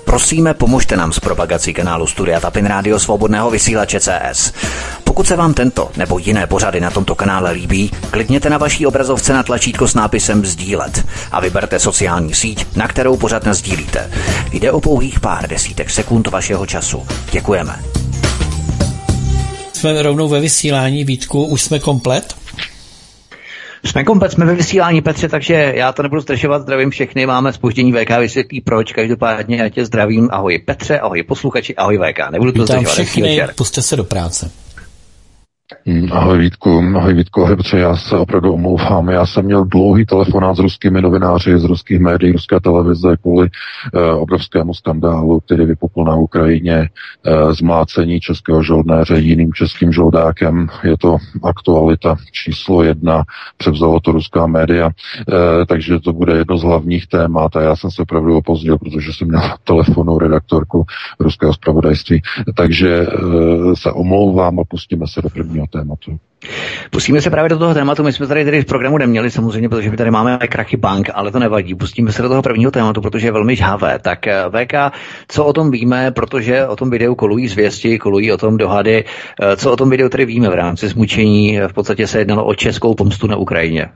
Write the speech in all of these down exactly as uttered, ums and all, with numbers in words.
Prosíme, pomožte nám s propagací kanálu Studia Tapin Rádio Svobodného vysílače C S. Pokud se vám tento nebo jiné pořady na tomto kanále líbí, klikněte na vaší obrazovce na tlačítko s nápisem sdílet a vyberte sociální síť, na kterou pořad nasdílíte. Jde o pouhých pár desítek sekund vašeho času. Děkujeme. Jsme rovnou ve vysílání, Vítku, už jsme komplet? Jsme komplet, jsme ve vysílání, Petře, takže já to nebudu zdržovat, zdravím všechny, máme zpoždění, V K vysvětlí proč, každopádně já tě zdravím, ahoj Petře, ahoj posluchači, ahoj V K, nebudu to Vítám zdržovat. všechny, puste se do práce. Ahoj Vítku, ahoj Vítku, ahoj Petře, já se opravdu omlouvám. Já jsem měl dlouhý telefonát s ruskými novináři, z ruských médií, ruské televize kvůli eh, obrovskému skandálu, který vypukl na Ukrajině, eh, zmlácení českého žoldnéře jiným českým žoldákem. Je to aktualita číslo jedna, převzalo to ruská média, eh, takže to bude jedno z hlavních témat a já jsem se opravdu opozdil, protože jsem měl telefonnou redaktorku ruského zpravodajství, takže eh, se omlouvám a pustíme se do první tématu. Pustíme se právě do toho tématu, my jsme tady, tady v programu neměli samozřejmě, protože my tady máme krachy bank, ale to nevadí. Pustíme se do toho prvního tématu, protože je velmi žhavé. Tak V K, co o tom víme, protože o tom videu kolují zvěsti, kolují o tom dohady, co o tom videu tady víme v rámci zmučení, v podstatě se jednalo o českou pomstu na Ukrajině.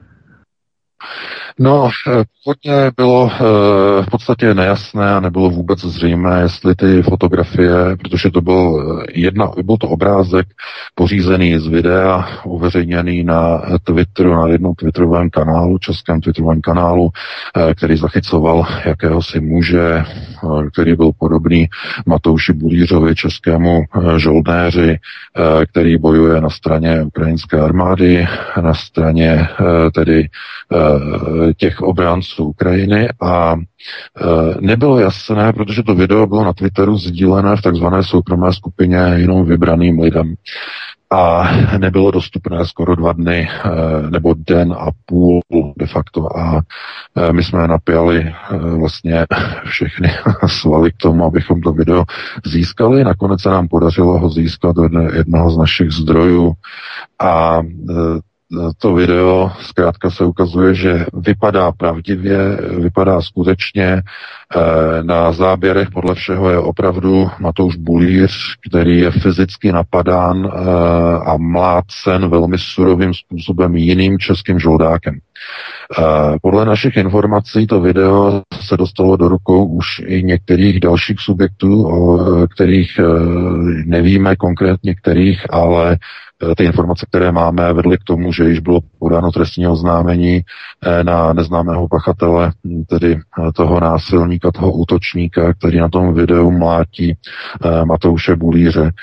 No, původně bylo v podstatě nejasné a nebylo vůbec zřejmé, jestli ty fotografie, protože to byl jedna, byl to obrázek pořízený z videa, uveřejněný na Twitteru, na jednom twitterovém kanálu, českém twitterovém kanálu, který zachycoval jakéhosi muže, který byl podobný Matouši Bulířovi, českému žoldnéři, který bojuje na straně ukrajinské armády, na straně tedy těch obránců Ukrajiny a e, nebylo jasné, protože to video bylo na Twitteru sdílené v takzvané soukromé skupině jenom vybraným lidem a nebylo dostupné skoro dva dny e, nebo den a půl de facto a e, my jsme napěli e, vlastně všechny svaly k tomu, abychom to video získali. Nakonec se nám podařilo ho získat do jednoho z našich zdrojů a e, to video zkrátka se ukazuje, že vypadá pravdivě, vypadá skutečně, na záběrech podle všeho je opravdu Matouš Bulíř, který je fyzicky napadán a mlácen velmi surovým způsobem jiným českým žoldákem. Podle našich informací to video se dostalo do rukou už i některých dalších subjektů, o kterých nevíme konkrétně kterých, ale ty informace, které máme, vedly k tomu, že již bylo podáno trestní oznámení na neznámého pachatele, tedy toho násilníka, toho útočníka, který na tom videu mlátí Matouše Bulíře.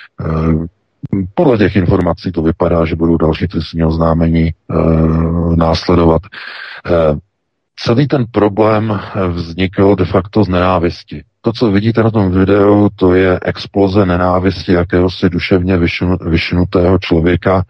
Podle těch informací to vypadá, že budou další trestní oznámení následovat. Celý ten problém vznikl de facto z nenávisti. To, co vidíte na tom videu, to je exploze nenávisti jakéhosi duševně vyšinutého člověka,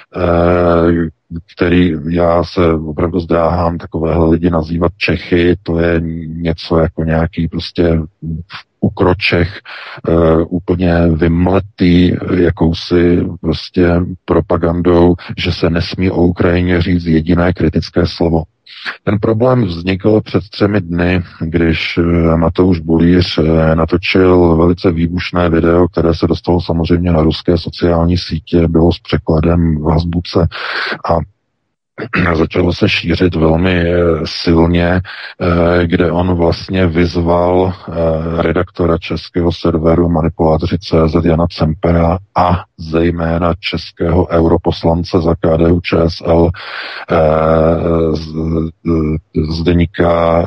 který já se opravdu zdráhám takovéhle lidi nazývat Čechy, to je něco jako nějaký prostě ukročech, uh, úplně vymletý jakousi prostě propagandou, že se nesmí o Ukrajině říct jediné kritické slovo. Ten problém vznikl před třemi dny, když Matouš Bulíř natočil velice výbušné video, které se dostalo samozřejmě na ruské sociální sítě, bylo s překladem v azbuce a začalo se šířit velmi silně, kde on vlastně vyzval redaktora českého serveru manipulátoři tečka cé zet Jana Cempera a zejména českého europoslance za K D U Č S L z deníka,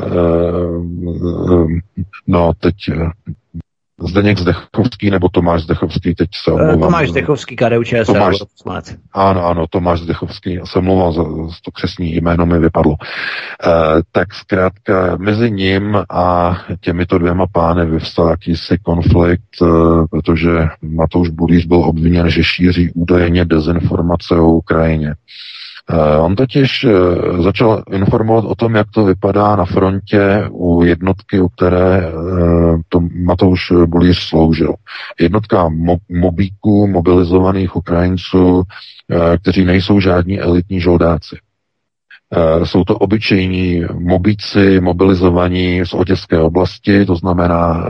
no teď Zdeněk Zdechovský nebo Tomáš Zdechovský, teď se omlouvám. Tomáš Zdechovský, K D U Č S L. Tomáš, ano, ano, Tomáš Zdechovský, já se omlouvám, za to křestní jméno mi vypadlo. E, tak zkrátka mezi ním a těmito dvěma pány vyvstal jakýsi konflikt, e, protože Matouš Bulíř byl obviněn, že šíří údajně dezinformace o Ukrajině. On totiž začal informovat o tom, jak to vypadá na frontě u jednotky, u které to Matouš Bulíř sloužil. Jednotka mobíků, mobilizovaných Ukrajinců, kteří nejsou žádní elitní žoldáci. Jsou to obyčejní mobíci, mobilizovaní z oděské oblasti, to znamená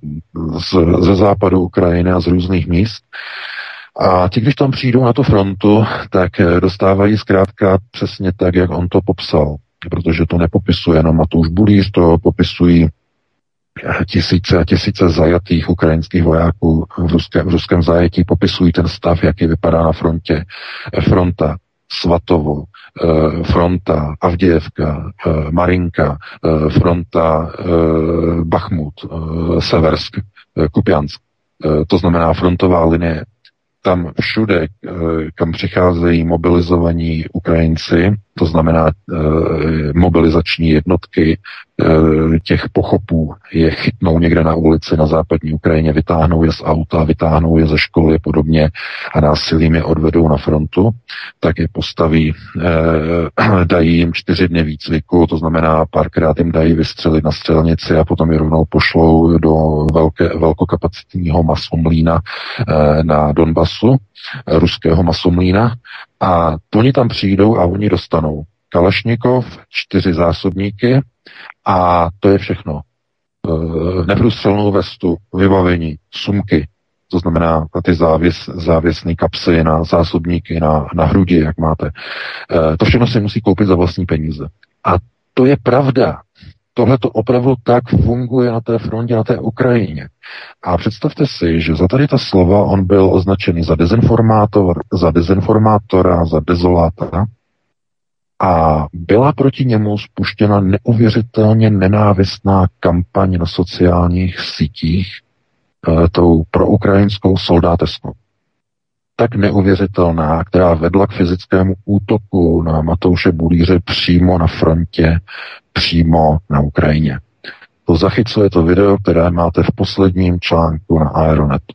z, ze západu Ukrajiny a z různých míst. A ti, když tam přijdou na tu frontu, tak dostávají zkrátka přesně tak, jak on to popsal. Protože to nepopisuje jenom Matouš Bulíř, to popisují tisíce a tisíce zajatých ukrajinských vojáků v ruském, v ruském zajetí, popisují ten stav, jaký vypadá na frontě. Fronta Svatovo, fronta Avdějevka, Marinka, fronta Bachmut, Seversk, Kupjansk. To znamená frontová linie. Tam všude, kam přicházejí mobilizovaní Ukrajinci, to znamená mobilizační jednotky těch pochopů, je chytnou někde na ulici na západní Ukrajině, vytáhnou je z auta, vytáhnou je ze školy a podobně a násilím je odvedou na frontu, tak je postaví, dají jim čtyři dny výcviku, to znamená párkrát jim dají vystřelit na střelnici a potom je rovnou pošlou do velké, velkokapacitního masomlína na Donbasu, ruského masomlína, a oni tam přijdou a oni dostanou Kalašnikov, čtyři zásobníky a to je všechno. E, neprůstřelnou vestu, vybavení, sumky, to znamená ty závěs, závěsné kapsy na zásobníky, na, na hrudi, jak máte. E, to všechno si musí koupit za vlastní peníze. A to je pravda. Tohle to opravdu tak funguje na té frontě, na té Ukrajině. A představte si, že za tady ta slova on byl označený za dezinformátor, za dezinformátora, za dezolátora a byla proti němu spuštěna neuvěřitelně nenávistná kampaň na sociálních sítích e, tou proukrajinskou soldáteskou. Tak neuvěřitelná, která vedla k fyzickému útoku na Matouše Bulíře přímo na frontě, přímo na Ukrajině. To zachycuje to video, které máte v posledním článku na Aeronetu.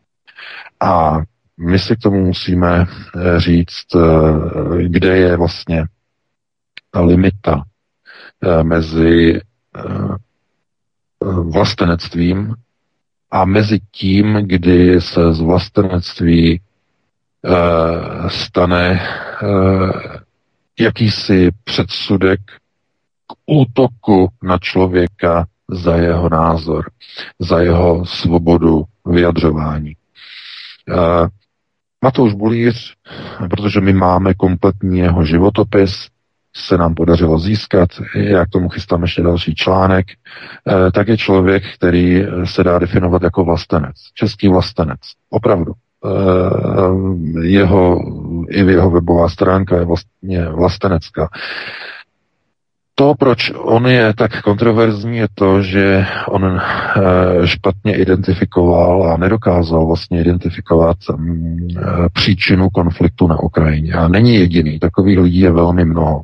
A my si k tomu musíme říct, kde je vlastně ta limita mezi vlastenectvím a mezi tím, kdy se z vlastenectví stane jakýsi předsudek k útoku na člověka za jeho názor, za jeho svobodu vyjadřování. Matouš Bulíř, protože my máme kompletní jeho životopis, se nám podařilo získat, já k tomu chystám ještě další článek, tak je člověk, který se dá definovat jako vlastenec, český vlastenec, opravdu. Jeho, i jeho webová stránka je vlastně vlastenecká. To, proč on je tak kontroverzní, je to, že on špatně identifikoval a nedokázal vlastně identifikovat příčinu konfliktu na Ukrajině. A není jediný, takových lidí je velmi mnoho.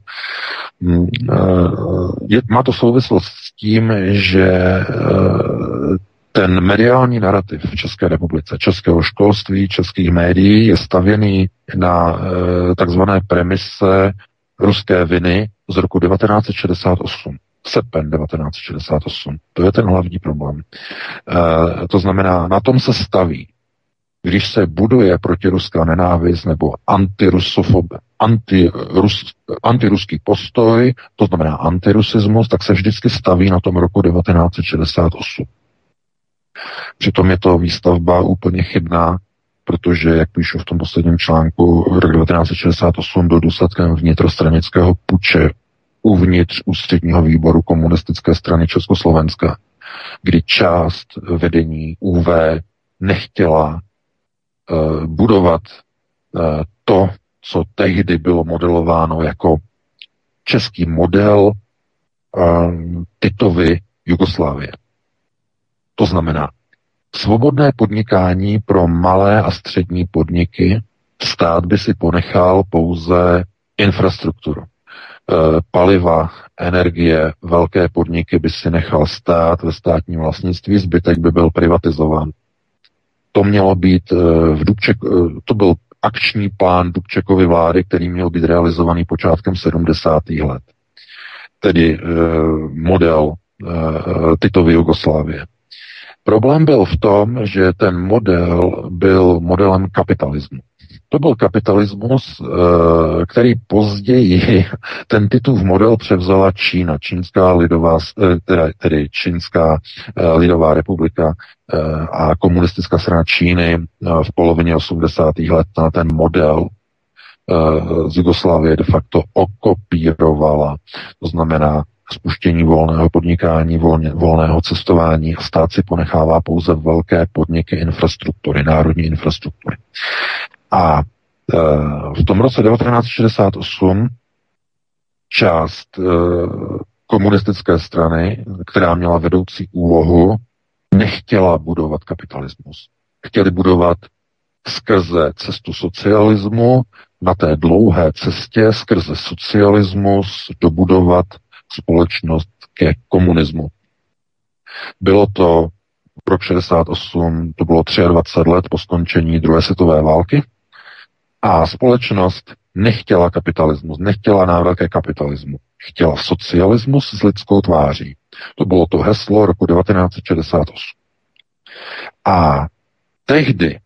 Je, má to souvislost s tím, že ten mediální narrativ v České republice, českého školství, českých médií je stavěný na takzvané premise ruské viny z roku devatenáct set šedesát osm. Srpen devatenáct set šedesát osm. To je ten hlavní problém. E, to znamená, na tom se staví. Když se buduje protiruská nenávist nebo antirusofob, antirus, antiruský postoj, to znamená antirusismus, tak se vždycky staví na tom roku devatenáct set šedesát osm. Přitom je to výstavba úplně chybná, protože, jak píšu v tom posledním článku, rok devatenáct set šedesát osm byl důsledkem vnitrostranického puče uvnitř ústředního výboru komunistické strany Československa, kdy část vedení U V nechtěla uh, budovat uh, to, co tehdy bylo modelováno jako český model uh, Titovy Jugoslávie. To znamená, svobodné podnikání pro malé a střední podniky, stát by si ponechal pouze infrastrukturu. E, paliva, energie, velké podniky by si nechal stát ve státním vlastnictví, zbytek by byl privatizován. To mělo být v Dubček, to byl akční plán Dubčekovy vlády, který měl být realizovaný počátkem sedmdesátých let. Tedy e, model e, Titovy Jugoslávie. Problém byl v tom, že ten model byl modelem kapitalismu. To byl kapitalismus, který později ten Titův model převzala Čína, Čínská lidová, tedy Čínská lidová republika a komunistická strana Číny v polovině osmdesátých let na ten model z Jugoslávie de facto okopírovala. To znamená spuštění volného podnikání, volně, volného cestování a stát si ponechává pouze velké podniky infrastruktury, národní infrastruktury. A e, v tom roce devatenáct šedesát osm část e, komunistické strany, která měla vedoucí úlohu, nechtěla budovat kapitalismus. Chtěli budovat skrze cestu socialismu, na té dlouhé cestě skrze socialismus dobudovat společnost ke komunismu. Bylo to rok šedesát osm, to bylo dvacet tři let po skončení druhé světové války a společnost nechtěla kapitalismus, nechtěla návrat ke kapitalismu. Chtěla socialismus s lidskou tváří. To bylo to heslo roku devatenáct šedesát osm. A tehdy,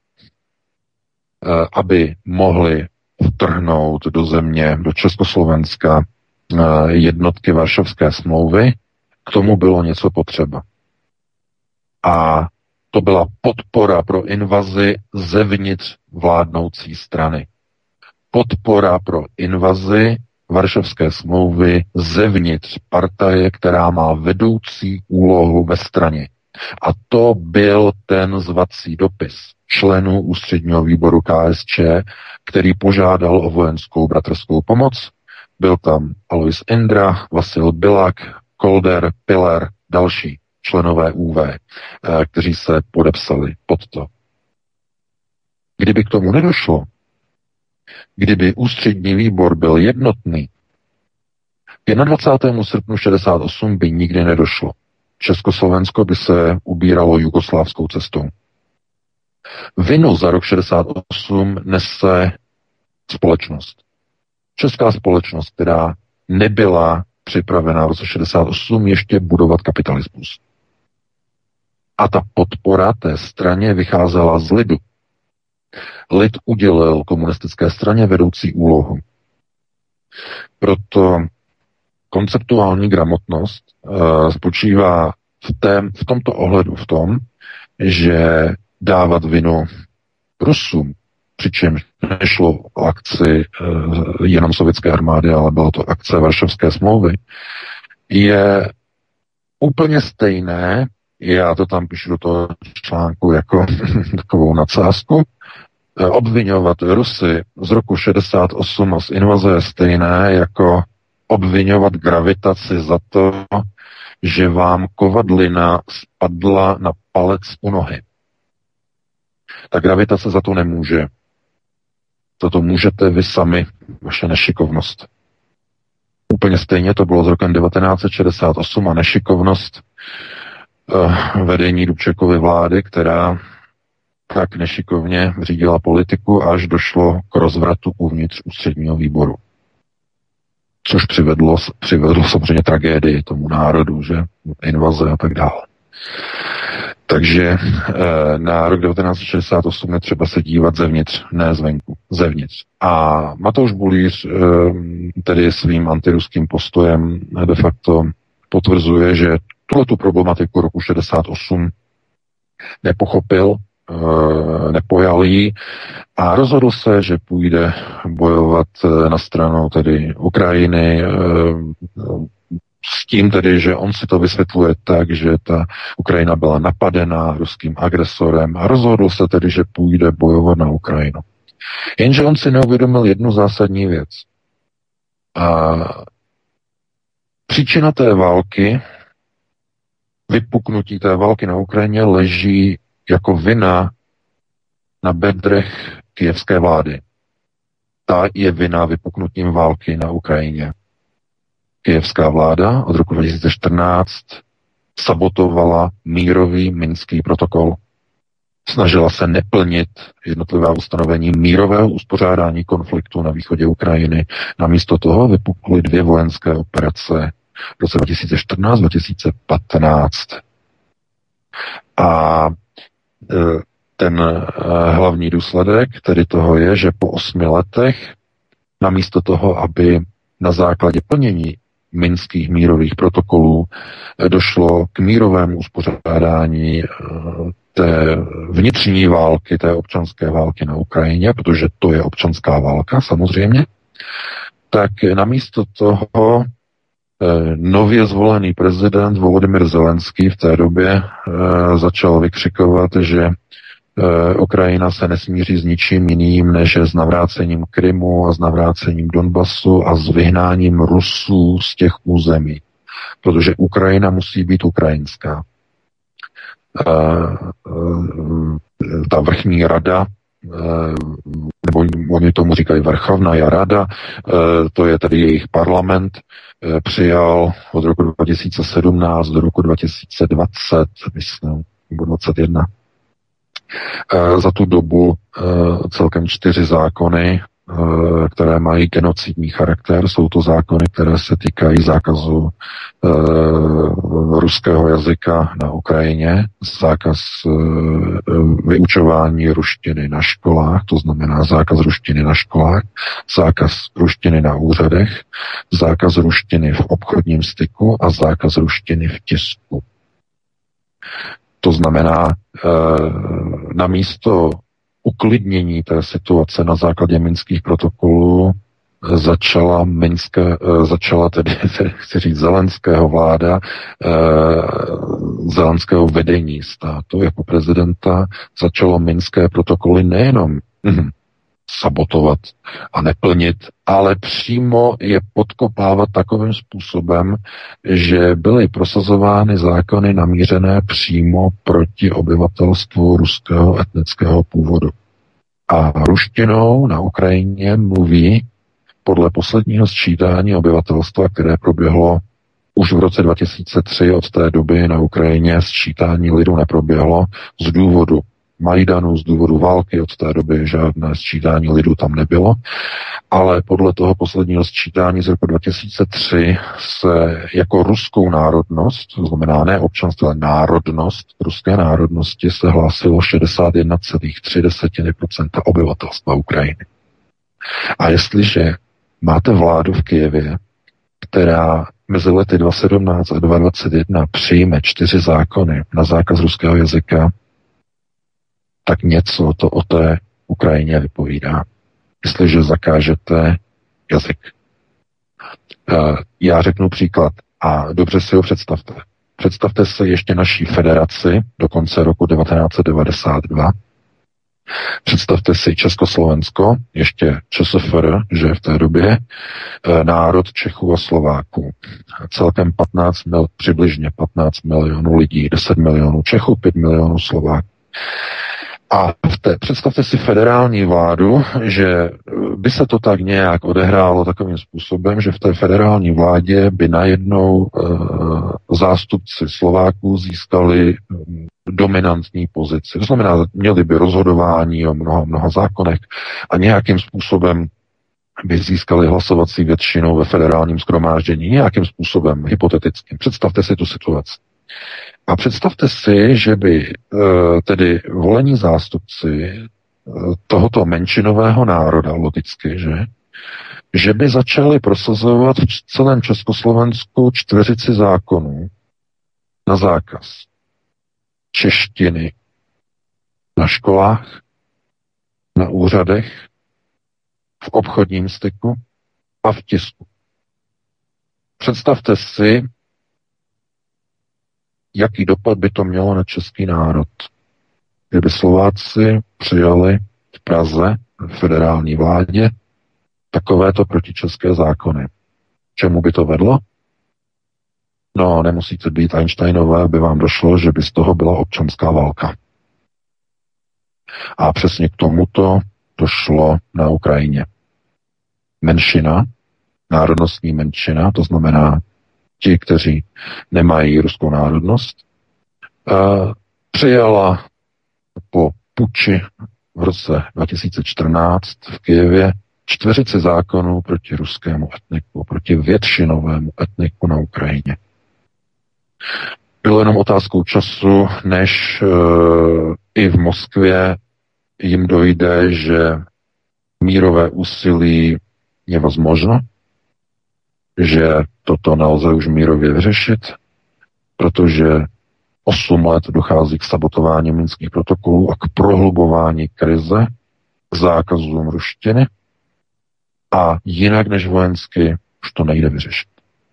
aby mohli vtrhnout do země, do Československa jednotky Varšavské smlouvy, k tomu bylo něco potřeba. A to byla podpora pro invazi zevnitř vládnoucí strany. Podpora pro invazi Varšavské smlouvy zevnitř partaje, která má vedoucí úlohu ve straně. A to byl ten zvací dopis členů ústředního výboru K S Č, který požádal o vojenskou bratrskou pomoc. Byl tam Alois Indra, Vasil Bilak, Kolder, Piller, další členové U V, kteří se podepsali pod to. Kdyby k tomu nedošlo, kdyby ústřední výbor byl jednotný, k dvacátého prvního srpnu šedesát osm by nikdy nedošlo. Československo by se ubíralo jugoslávskou cestou. Vinu za rok šedesát osm nese společnost. Česká společnost, která nebyla připravená v roce šedesát osm ještě budovat kapitalismus. A ta podpora té straně vycházela z lidu. Lid udělil komunistické straně vedoucí úlohu. Proto konceptuální gramotnost uh, spočívá v, tém, v tomto ohledu v tom, že dávat vinu Rusům, přičemž nešlo o akci uh, jenom sovětské armády, ale byla to akce Varšavské smlouvy, je úplně stejné, já to tam píšu do toho článku jako takovou nadsázku, obvinovat Rusy z roku šedesát osm a z invaze je stejné jako obvinovat gravitaci za to, že vám kovadlina spadla na palec u nohy. Ta gravitace za to nemůže. Za to můžete vy sami, vaše nešikovnost. Úplně stejně to bylo z rokem devatenáct šedesát osm a nešikovnost uh, vedení Dubčekovy vlády, která tak nešikovně řídila politiku, až došlo k rozvratu uvnitř ústředního výboru. Což přivedlo, přivedlo samozřejmě tragédii tomu národu, že invaze a tak dále. Takže e, na rok devatenáct šedesát osm je třeba se dívat zevnitř, ne zvenku, zevnitř. A Matouš Bulíř e, tedy svým antiruským postojem de facto potvrzuje, že tuhletu problematiku roku šedesát osm nepochopil, nepojal ji a rozhodl se, že půjde bojovat na stranu tedy Ukrajiny s tím tedy, že on si to vysvětluje tak, že ta Ukrajina byla napadená ruským agresorem a rozhodl se tedy, že půjde bojovat na Ukrajinu. Jenže on si neuvědomil jednu zásadní věc. A příčina té války, vypuknutí té války na Ukrajině leží jako vina na bedrech kyjevské vlády. Ta je vina vypuknutím války na Ukrajině. Kyjevská vláda od roku dva tisíce čtrnáct sabotovala mírový minský protokol. Snažila se neplnit jednotlivá ustanovení mírového uspořádání konfliktu na východě Ukrajiny. Namísto toho vypukly dvě vojenské operace v roce dva tisíce čtrnáct dva tisíce patnáct. A ten hlavní důsledek tedy toho je, že po osmi letech namísto toho, aby na základě plnění minských mírových protokolů došlo k mírovému uspořádání té vnitřní války, té občanské války na Ukrajině, protože to je občanská válka samozřejmě, tak namísto toho nově zvolený prezident Volodymyr Zelenský v té době začal vykřikovat, že Ukrajina se nesmíří s ničím jiným, než s navrácením Krymu a s navrácením Donbasu a s vyhnáním Rusů z těch území. Protože Ukrajina musí být ukrajinská. Ta vrchní rada, nebo oni tomu říkají Vrchovná rada, to je tedy jejich parlament, přijal od roku dva tisíce sedmnáct do roku dva tisíce dvacet, myslím, nebo dvacet jedna. Za tu dobu celkem čtyři zákony, které mají genocidní charakter. Jsou to zákony, které se týkají zákazu ruského jazyka na Ukrajině, zákaz vyučování ruštiny na školách, to znamená zákaz ruštiny na školách, zákaz ruštiny na úřadech, zákaz ruštiny v obchodním styku a zákaz ruštiny v tisku. To znamená, e, na místo uklidnění té situace na základě minských protokolů začala minské, e, začala tedy, chci říct, Zelenského vláda, e, Zelenského vedení státu jako prezidenta začalo minské protokoly nejenom mm, sabotovat a neplnit, ale přímo je podkopávat takovým způsobem, že byly prosazovány zákony namířené přímo proti obyvatelstvu ruského etnického původu. A ruštinou na Ukrajině mluví podle posledního sčítání obyvatelstva, které proběhlo už v roce dva tisíce tři, od té doby na Ukrajině sčítání lidu neproběhlo z důvodu Majdanu, z důvodu války, od té doby žádné sčítání lidu tam nebylo, ale podle toho posledního sčítání z roku dva tisíce tři se jako ruskou národnost, to znamená ne občanství, ale národnost, ruské národnosti se hlásilo šedesát jedna celá tři procenta obyvatelstva Ukrajiny. A jestliže máte vládu v Kyjevě, která mezi lety dva tisíce sedmnáct a dva tisíce dvacet jedna přijme čtyři zákony na zákaz ruského jazyka, tak něco to o té Ukrajině vypovídá. Jestliže zakážete jazyk. Já řeknu příklad a dobře si ho představte. Představte si ještě naší federaci do konce roku devatenáct set devadesát dva. Představte si Československo, ještě ČSFR, že v té době národ Čechů a Slováků. Celkem patnáct mil, přibližně patnáct milionů lidí, deset milionů Čechů, pět milionů Slováků. A v té, představte si federální vládu, že by se to tak nějak odehrálo takovým způsobem, že v té federální vládě by najednou e, zástupci Slováků získali dominantní pozici. To znamená, měli by rozhodování o mnoha, mnoha zákonech a nějakým způsobem by získali hlasovací většinu ve federálním shromáždění, nějakým způsobem hypotetickým. Představte si tu situaci. A představte si, že by tedy volení zástupci tohoto menšinového národa, logicky, že, že by začali prosazovat v celém Československu čtveřici zákonů na zákaz češtiny na školách, na úřadech, v obchodním styku a v tisku. Představte si, jaký dopad by to mělo na český národ, kdyby Slováci přijali v Praze, v federální vládě, takovéto protičeské zákony. Čemu by to vedlo? No, nemusíte být Einsteinové, aby vám došlo, že by z toho byla občanská válka. A přesně k tomuto došlo na Ukrajině. Menšina, národnostní menšina, to znamená ti, kteří nemají ruskou národnost, přijala po puči v roce dva tisíce čtrnáct v Kyjevě čtveřici zákonů proti ruskému etniku, proti většinovému etniku na Ukrajině. Bylo jenom otázkou času, než uh, i v Moskvě, jim dojde, že mírové úsilí je možno, že toto nelze už mírově vyřešit, protože osm let dochází k sabotování minských protokolů a k prohlubování krize, k zákazům ruštiny a jinak než vojensky už to nejde vyřešit.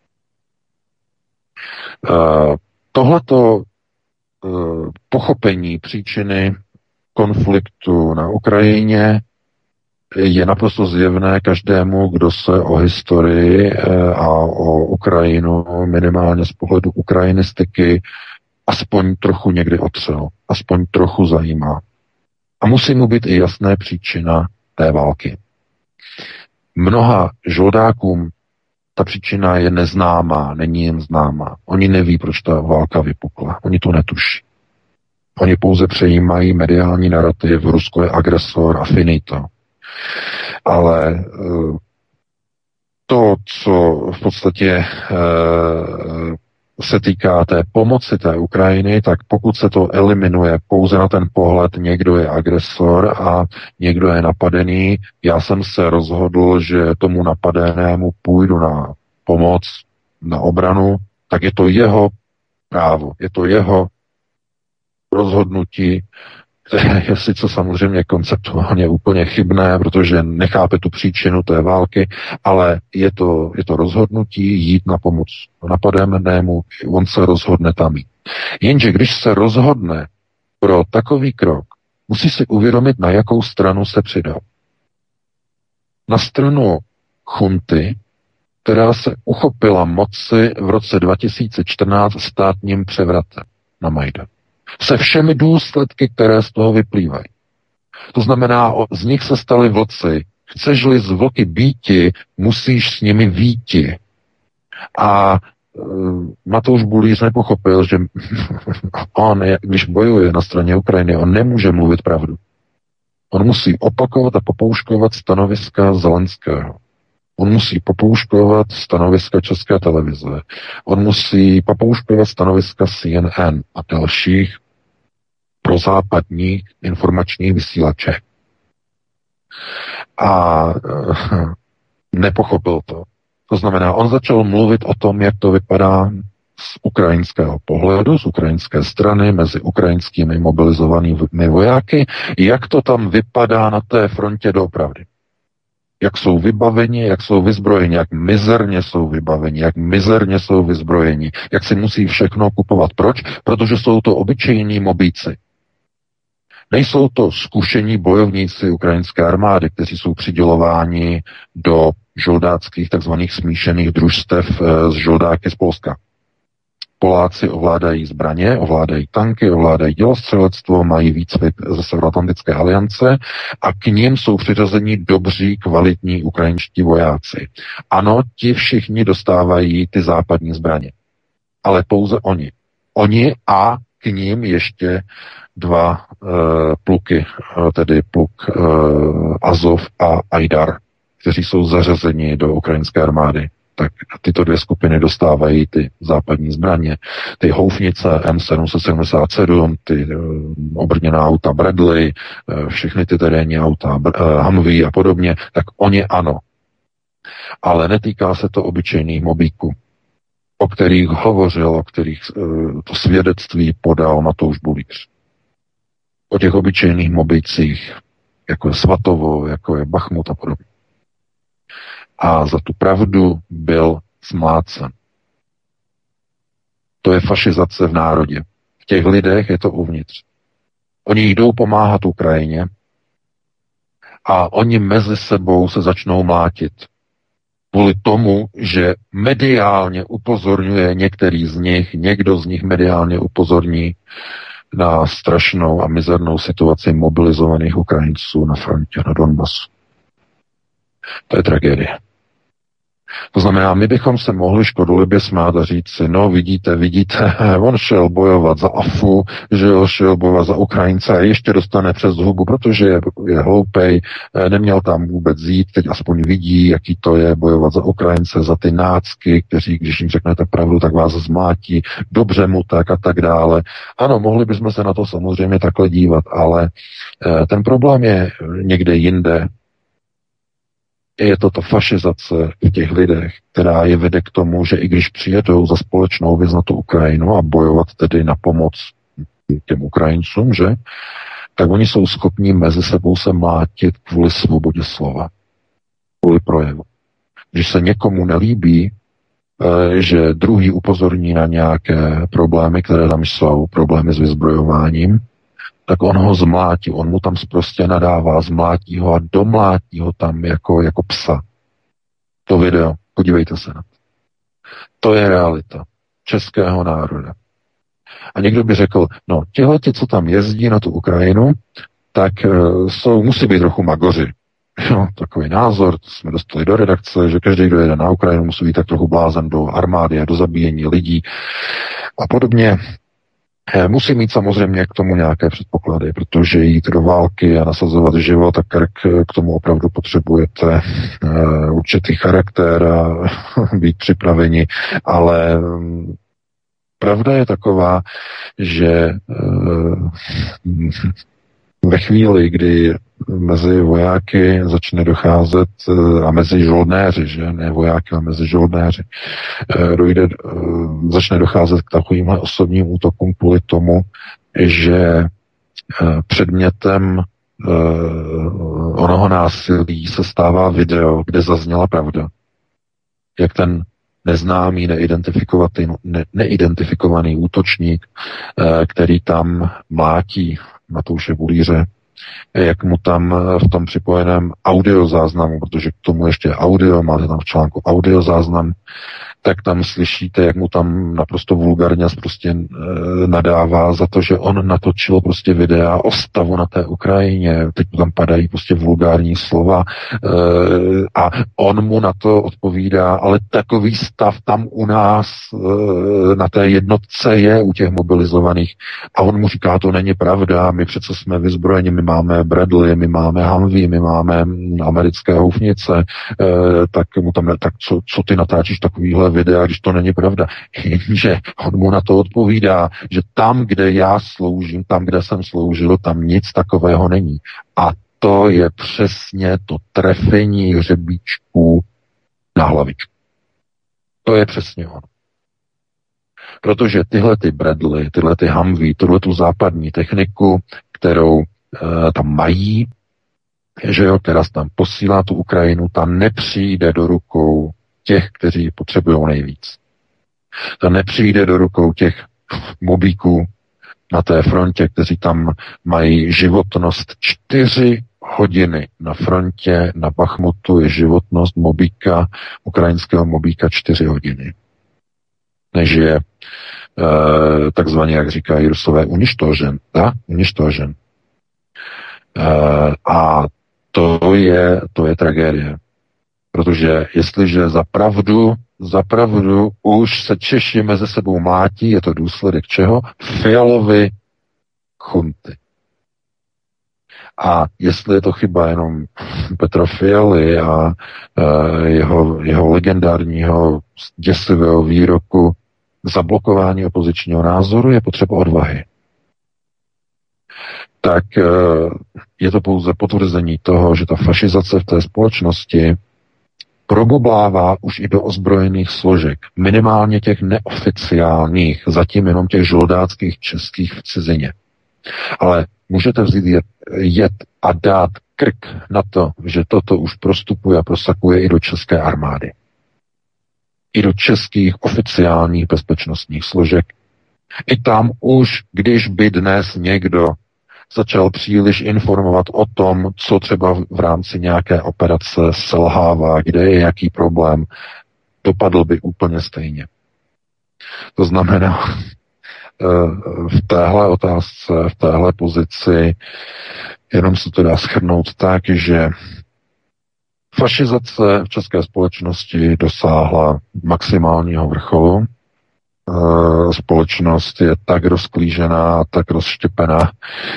Uh, tohleto uh, pochopení příčiny konfliktu na Ukrajině je naprosto zjevné každému, kdo se o historii a o Ukrajinu minimálně z pohledu ukrajinistiky aspoň trochu někdy otřel, aspoň trochu zajímá. A musí mu být i jasné příčina té války. Mnoha žoldákům ta příčina je neznámá, není jim známá. Oni neví, proč ta válka vypukla. Oni to netuší. Oni pouze přejímají mediální narrativ, Rusko je agresor a finito. Ale to, co v podstatě se týká té pomoci té Ukrajiny, tak pokud se to eliminuje pouze na ten pohled, někdo je agresor a někdo je napadený, já jsem se rozhodl, že tomu napadenému půjdu na pomoc, na obranu, tak je to jeho právo, je to jeho rozhodnutí, které je sice samozřejmě konceptuálně úplně chybné, protože nechápe tu příčinu té války, ale je to, je to rozhodnutí jít na pomoc napadenému, on se rozhodne tam jít. Jenže když se rozhodne pro takový krok, musí si uvědomit, na jakou stranu se přidal. Na stranu chunty, která se uchopila moci v roce dva tisíce čtrnáct státním převratem na Majdan. Se všemi důsledky, které z toho vyplývají. To znamená, z nich se stali vlci. Chceš-li z vlky býti, musíš s nimi výti. A uh, Matouš Bulíř nepochopil, že on, když bojuje na straně Ukrajiny, on nemůže mluvit pravdu. On musí opakovat a popouškovat stanoviska Zelenského. On musí popouškovat stanoviska České televize. On musí popouškovat stanoviska C N N a dalších prozápadních informačních vysílaček. A e, nepochopil to. To znamená, on začal mluvit o tom, jak to vypadá z ukrajinského pohledu, z ukrajinské strany, mezi ukrajinskými mobilizovanými vojáky, jak to tam vypadá na té frontě doopravdy. Jak jsou vybaveni, jak jsou vyzbrojeni, jak mizerně jsou vybaveni, jak mizerně jsou vyzbrojeni, jak si musí všechno kupovat. Proč? Protože jsou to obyčejní mobíci. Nejsou to zkušení bojovníci ukrajinské armády, kteří jsou přidělováni do žoldáckých takzvaných smíšených družstev z žoldáky z Polska. Poláci ovládají zbraně, ovládají tanky, ovládají dělostřelectvo, mají výcvik ze Severoatlantické aliance a k nim jsou přiřazeni dobří, kvalitní ukrajinští vojáci. Ano, ti všichni dostávají ty západní zbraně, ale pouze oni. Oni a k ním ještě dva uh, pluky, uh, tedy pluk uh, Azov a Aidar, kteří jsou zařazeni do ukrajinské armády. Tak tyto dvě skupiny dostávají ty západní zbraně, ty houfnice M sedm set sedmdesát sedm, ty uh, obrněná auta Bradley, uh, všechny ty terénní auta uh, Humvee a podobně, tak oni ano. Ale netýká se to obyčejných mobíků, o kterých hovořil, o kterých uh, to svědectví podal Matouš Bulíř. O těch obyčejných mobících, jako je Svatovo, jako je Bachmut a podobně. A za tu pravdu byl zmlácen. To je fašizace v národě. V těch lidech je to uvnitř. Oni jdou pomáhat Ukrajině a oni mezi sebou se začnou mlátit. Kvůli tomu, že mediálně upozorňuje některý z nich, někdo z nich mediálně upozorní na strašnou a mizernou situaci mobilizovaných Ukrajinců na frontě na Donbasu. To je tragédie. To znamená, my bychom se mohli škodolibě smát a říct si, no vidíte, vidíte, on šel bojovat za Afu, že jo, šel bojovat za Ukrajince a ještě dostane přes hubu, protože je, je hloupej, neměl tam vůbec jít, teď aspoň vidí, jaký to je bojovat za Ukrajince, za ty nácky, kteří, když jim řeknete pravdu, tak vás zmátí, dobře mu tak a tak dále. Ano, mohli bychom se na to samozřejmě takhle dívat, ale ten problém je někde jinde. Je to ta fašizace v těch lidech, která je vede k tomu, že i když přijedou za společnou věc na tu Ukrajinu a bojovat tedy na pomoc těm Ukrajincům, že, tak oni jsou schopní mezi sebou se mlátit kvůli svobodě slova, kvůli projevu. Když se někomu nelíbí, že druhý upozorní na nějaké problémy, které tam jsou, problémy s vyzbrojováním, tak on ho zmlátí, on mu tam prostě nadává, zmlátí ho a domlátí ho tam jako, jako psa. To video, podívejte se na to. To je realita českého národa. A někdo by řekl, no těhleti, co tam jezdí na tu Ukrajinu, tak uh, jsou, musí být trochu magoři. No, takový názor, to jsme dostali do redakce, že každý, kdo jede na Ukrajinu, musí být tak trochu blázen do armády a do zabíjení lidí a podobně. Musí mít samozřejmě k tomu nějaké předpoklady, protože jít do války a nasazovat život a krk, k tomu opravdu potřebujete uh, určitý charakter a být připraveni, ale um, pravda je taková, že uh, ve chvíli, kdy mezi vojáky začne docházet a mezi žoldnéři, že ne vojáky, ale mezi žoldnéři, dojde, začne docházet k takovýmhle osobním útokům kvůli tomu, že předmětem onoho násilí se stává video, kde zazněla pravda. Jak ten neznámý, neidentifikovaný, ne, neidentifikovaný útočník, který tam mlátí Matouše Bulíře, jak mu tam v tom připojeném audiozáznamu, protože k tomu ještě audio, máte tam v článku audiozáznam, tak tam slyšíte, jak mu tam naprosto vulgárně prostě e, nadává za to, že on natočil prostě videa o stavu na té Ukrajině, teď mu tam padají prostě vulgární slova e, a on mu na to odpovídá, ale takový stav tam u nás e, na té jednotce je u těch mobilizovaných a on mu říká, to není pravda, my přece jsme vyzbrojeni, my máme Bradley, my máme Humvee, my máme americké houfnice, e, tak mu tam, tak co, co ty natáčíš takovýhle videa, když to není pravda. Jenže on mu na to odpovídá, že tam, kde já sloužím, tam, kde jsem sloužil, tam nic takového není. A to je přesně to trefení hřebíčků na hlavičku. To je přesně ono. Protože tyhle ty Bradley, tyhle ty Humvee, tuhle tu západní techniku, kterou e, tam mají, že jo, která tam posílá tu Ukrajinu, ta nepřijde do rukou těch, kteří potřebují nejvíc. To nepřijde do rukou těch mobíků na té frontě, kteří tam mají životnost čtyři hodiny. Na frontě, na Bachmutu je životnost mobíka, ukrajinského mobíka čtyři hodiny. Než je e, takzvaně, jak říkají Rusové, uništožen. Da? Uništožen. E, a to je, to je tragédie. Protože jestliže za pravdu, za pravdu už se Češi mezi sebou mlátí, je to důsledek čeho? Fialovy chunty. A jestli je to chyba jenom Petra Fialy a e, jeho, jeho legendárního děsivého výroku zablokování opozičního názoru, je potřeba odvahy. Tak e, je to pouze potvrzení toho, že ta fašizace v té společnosti probublává už i do ozbrojených složek, minimálně těch neoficiálních, zatím jenom těch žoldáckých českých v cizině. Ale můžete vzít jet, jet a dát krk na to, že toto už prostupuje a prosakuje i do české armády. I do českých oficiálních bezpečnostních složek. I tam už, když by dnes někdo začal příliš informovat o tom, co třeba v rámci nějaké operace selhává, kde je jaký problém, dopadl by úplně stejně. To znamená, v téhle otázce, v téhle pozici, jenom se to dá shrnout tak, že Fašizace v české společnosti dosáhla maximálního vrcholu. Společnost je tak rozklížená, tak rozštěpená,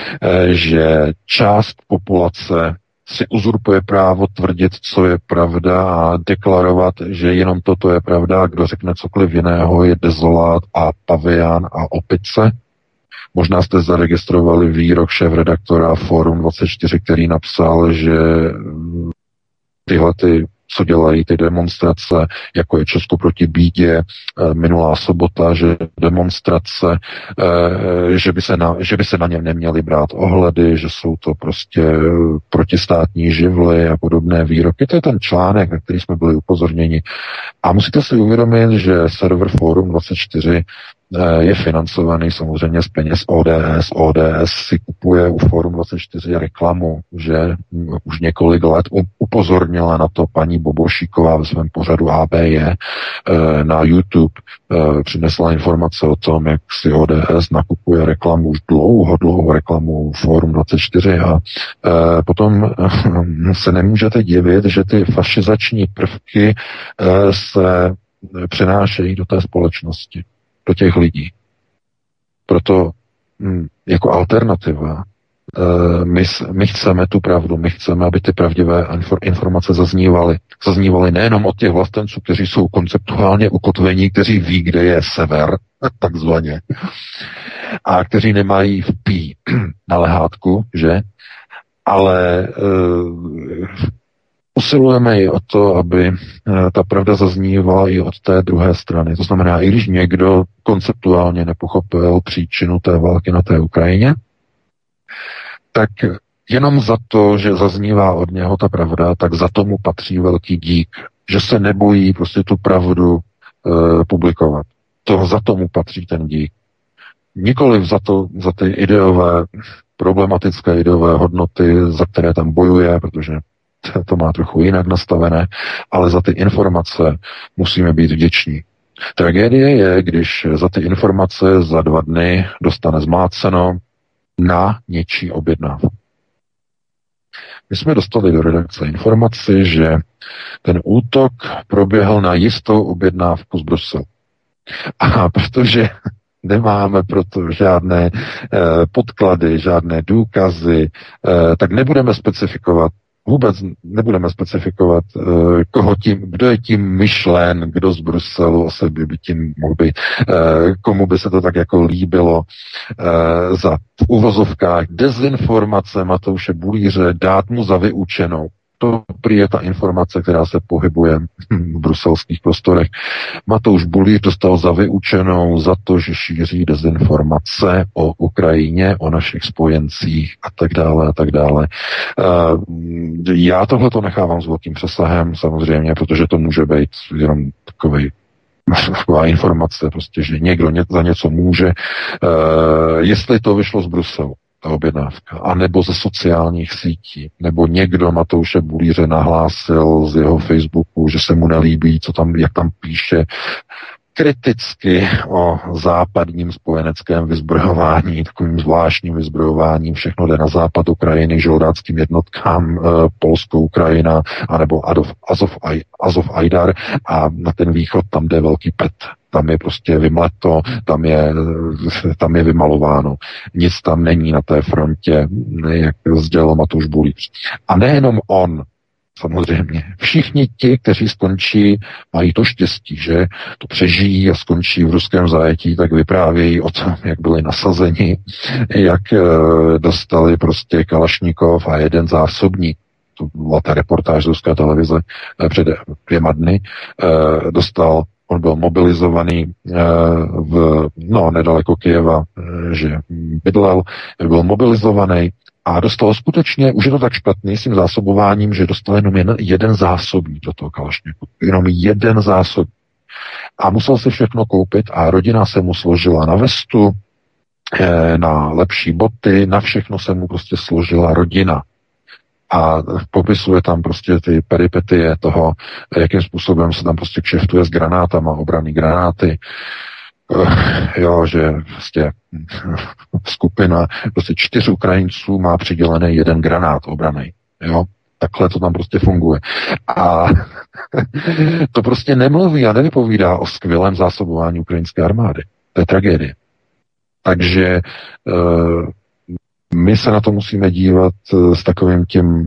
že část populace si uzurpuje právo tvrdit, co je pravda a deklarovat, že jenom toto je pravda, kdo řekne cokoliv jiného, je dezolát a pavián a opice. Možná jste zaregistrovali výrok šéfredaktora Fórum dvacet čtyři, který napsal, že tyhle ty, co dělají ty demonstrace, jako je Česko proti bídě, minulá sobota, že demonstrace, že by se na, že by se na ně neměly brát ohledy, že jsou to prostě protistátní živly a podobné výroky. To je ten článek, na který jsme byli upozorněni. A musíte si uvědomit, že server Fórum dvacet čtyři je financovaný samozřejmě z peněz O D S. O D S si kupuje u Fórum dvacet čtyři reklamu, že už několik let upozornila na to paní Bobošíková ve svém pořadu A B J na YouTube. Přinesla informace o tom, jak si O D S nakupuje reklamu, už dlouho, dlouho reklamu Fórum dvacet čtyři a potom se nemůžete divit, že ty fašizační prvky se přenášejí do té společnosti, do těch lidí. Proto hm, jako alternativa my, my chceme tu pravdu, my chceme, aby ty pravdivé informace zaznívaly. Zaznívaly nejenom od těch vlastenců, kteří jsou konceptuálně ukotvení, kteří ví, kde je sever, takzvaně, a kteří nemají vpí na lehátku, že? Ale uh, usilujeme i o to, aby ta pravda zaznívala i od té druhé strany. To znamená, i když někdo konceptuálně nepochopil příčinu té války na té Ukrajině, tak jenom za to, že zaznívá od něho ta pravda, tak za tomu patří velký dík, že se nebojí prostě tu pravdu e, publikovat. To za tomu patří ten dík. Nikoliv za to, za ty ideové, problematické ideové hodnoty, za které tam bojuje, protože to má trochu jinak nastavené, ale za ty informace musíme být vděční. Tragédie je, když za ty informace za dva dny dostane zmáceno na něčí objednávku. My jsme dostali do redakce informaci, že ten útok proběhl na jistou objednávku z Bruselu. A protože nemáme proto žádné eh, podklady, žádné důkazy, eh, tak nebudeme specifikovat Vůbec nebudeme specifikovat, koho tím, kdo je tím myšlen, kdo z Bruselu asi by, by tím mohl být, komu by se to tak jako líbilo za v uvozovkách dezinformace Matouše Bulíře dát mu za vyučenou. To prý je ta informace, která se pohybuje v bruselských prostorech. Matouš Bulíř dostal za vyučenou za to, že šíří dezinformace o Ukrajině, o našich spojencích a tak dále a tak dále. Já tohle to nechávám s velkým přesahem samozřejmě, protože to může být jenom takovej taková informace, prostě, že někdo ně, za něco může. Jestli to vyšlo z Bruselu, ta objednávka, a nebo ze sociálních sítí, nebo někdo Matouše Bulíře nahlásil z jeho Facebooku, že se mu nelíbí, co tam, jak tam píše kriticky o západním spojeneckém vyzbrojování, takovým zvláštním vyzbrojováním, všechno jde na západ Ukrajiny, žoldáckým jednotkám, e, Polsko, Ukrajina, anebo Adov, Azov, Azov Aidar, a na ten východ tam jde velký pet. Tam je prostě vymleto, tam je, tam je vymalováno. Nic tam není na té frontě, jak sdělil Matouš Bulíř. A nejenom on, samozřejmě. Všichni ti, kteří skončí, mají to štěstí, že to přežijí a skončí v ruském zajetí, tak vyprávějí o tom, jak byli nasazeni, jak e, dostali prostě Kalašnikov a jeden zásobník. To byla ta reportáž z ruské televize e, před dvěma dny. E, dostal On byl mobilizovaný e, v, no, nedaleko Kyjeva, e, že bydlel, byl mobilizovaný a dostal skutečně, už je to tak špatný s tím zásobováním, že dostal jenom jeden, jeden zásobník do toho Kalašniku. Jenom jeden zásobník. A musel si všechno koupit a rodina se mu složila na vestu, e, na lepší boty, na všechno se mu prostě složila rodina. A popisuje tam prostě ty peripetie toho, jakým způsobem se tam prostě kšeftuje s granátama, obranný granáty. Jo, že prostě skupina prostě čtyř Ukrajinců má přidělený jeden granát obraný. Jo. Takhle to tam prostě funguje. A to prostě nemluví a nevypovídá o skvělém zásobování ukrajinské armády. To je tragédie. Takže uh, my se na to musíme dívat s takovým tím,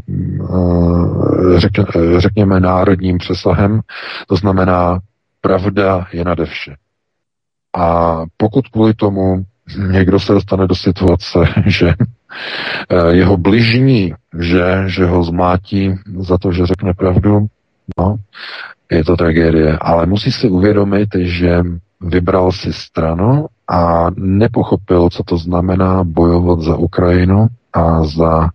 řek, řekněme, národním přesahem. To znamená, pravda je nade vše. A pokud kvůli tomu někdo se dostane do situace, že jeho bližní, že, že ho zmátí za to, že řekne pravdu, no, je to tragédie. Ale musí si uvědomit, že vybral si stranu a nepochopil, co to znamená bojovat za Ukrajinu a za,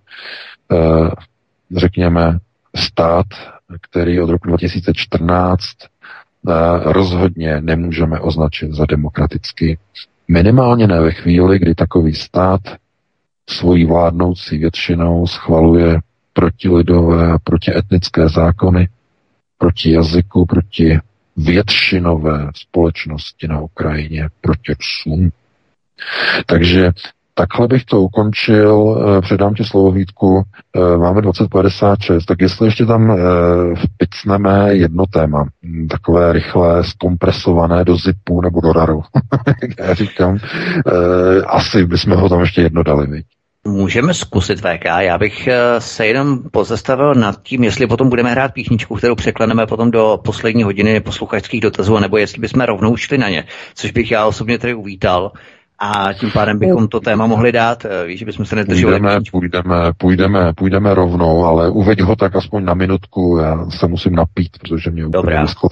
řekněme, stát, který od roku dva tisíce čtrnáct rozhodně nemůžeme označit za demokratický. Minimálně ne ve chvíli, kdy takový stát svojí vládnoucí většinou schvaluje protilidové a protietnické zákony, proti jazyku, proti většinové společnosti na Ukrajině, proti Rusům. Takže takhle bych to ukončil. Předám ti slovo, Vítku. Máme dvacet padesát šest, tak jestli ještě tam vpicneme jedno téma, takové rychlé, zkompresované do zipu nebo do raru. Já říkám, asi bychom ho tam ještě jedno dali, viď? Můžeme zkusit, V K. Já bych se jenom pozastavil nad tím, jestli potom budeme hrát písničku, kterou překleneme potom do poslední hodiny posluchačských dotazů, nebo jestli bychom rovnou šli na ně, což bych já osobně tady uvítal. A tím pádem bychom to téma mohli dát, víš, že bychom se nedrželi. Půjdeme, půjdeme, půjdeme, půjdeme rovnou, ale uveď ho tak aspoň na minutku, já se musím napít, protože mě úplně vyschlo.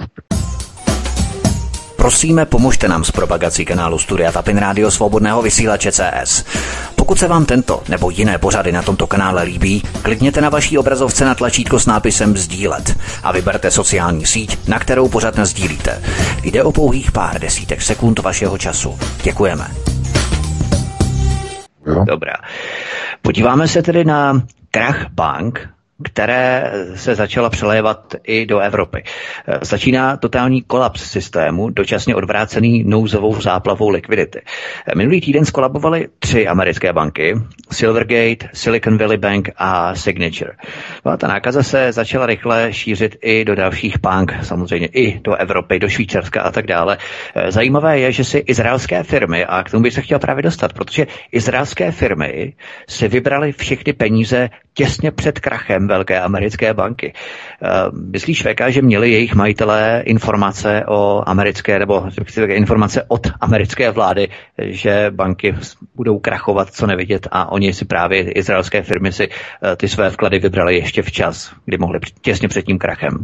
Prosíme, pomožte nám s propagací kanálu Studia Tapin Rádio Svobodného vysílače C S. Pokud se vám tento nebo jiné pořady na tomto kanále líbí, klikněte na vaší obrazovce na tlačítko s nápisem sdílet a vyberte sociální síť, na kterou pořad nasdílíte. Jde o pouhých pár desítek sekund vašeho času. Děkujeme. Jo. Dobrá. Podíváme se tedy na krach bank, které se začala přelévat i do Evropy. Začíná totální kolaps systému, dočasně odvrácený nouzovou záplavou likvidity. Minulý týden skolabovaly tři americké banky, Silvergate, Silicon Valley Bank a Signature. No a ta nákaza se začala rychle šířit i do dalších bank, samozřejmě i do Evropy, do Švýcarska a tak dále. Zajímavé je, že si izraelské firmy, a k tomu bych se chtěl právě dostat, protože izraelské firmy si vybrali všechny peníze těsně před krachem velké americké banky. Myslíš, V K, že měli jejich majitelé informace o americké, nebo informace od americké vlády, že banky budou krachovat, co nevidět, a oni si právě, izraelské firmy si ty své vklady vybrali ještě včas, kdy mohli těsně před tím krachem?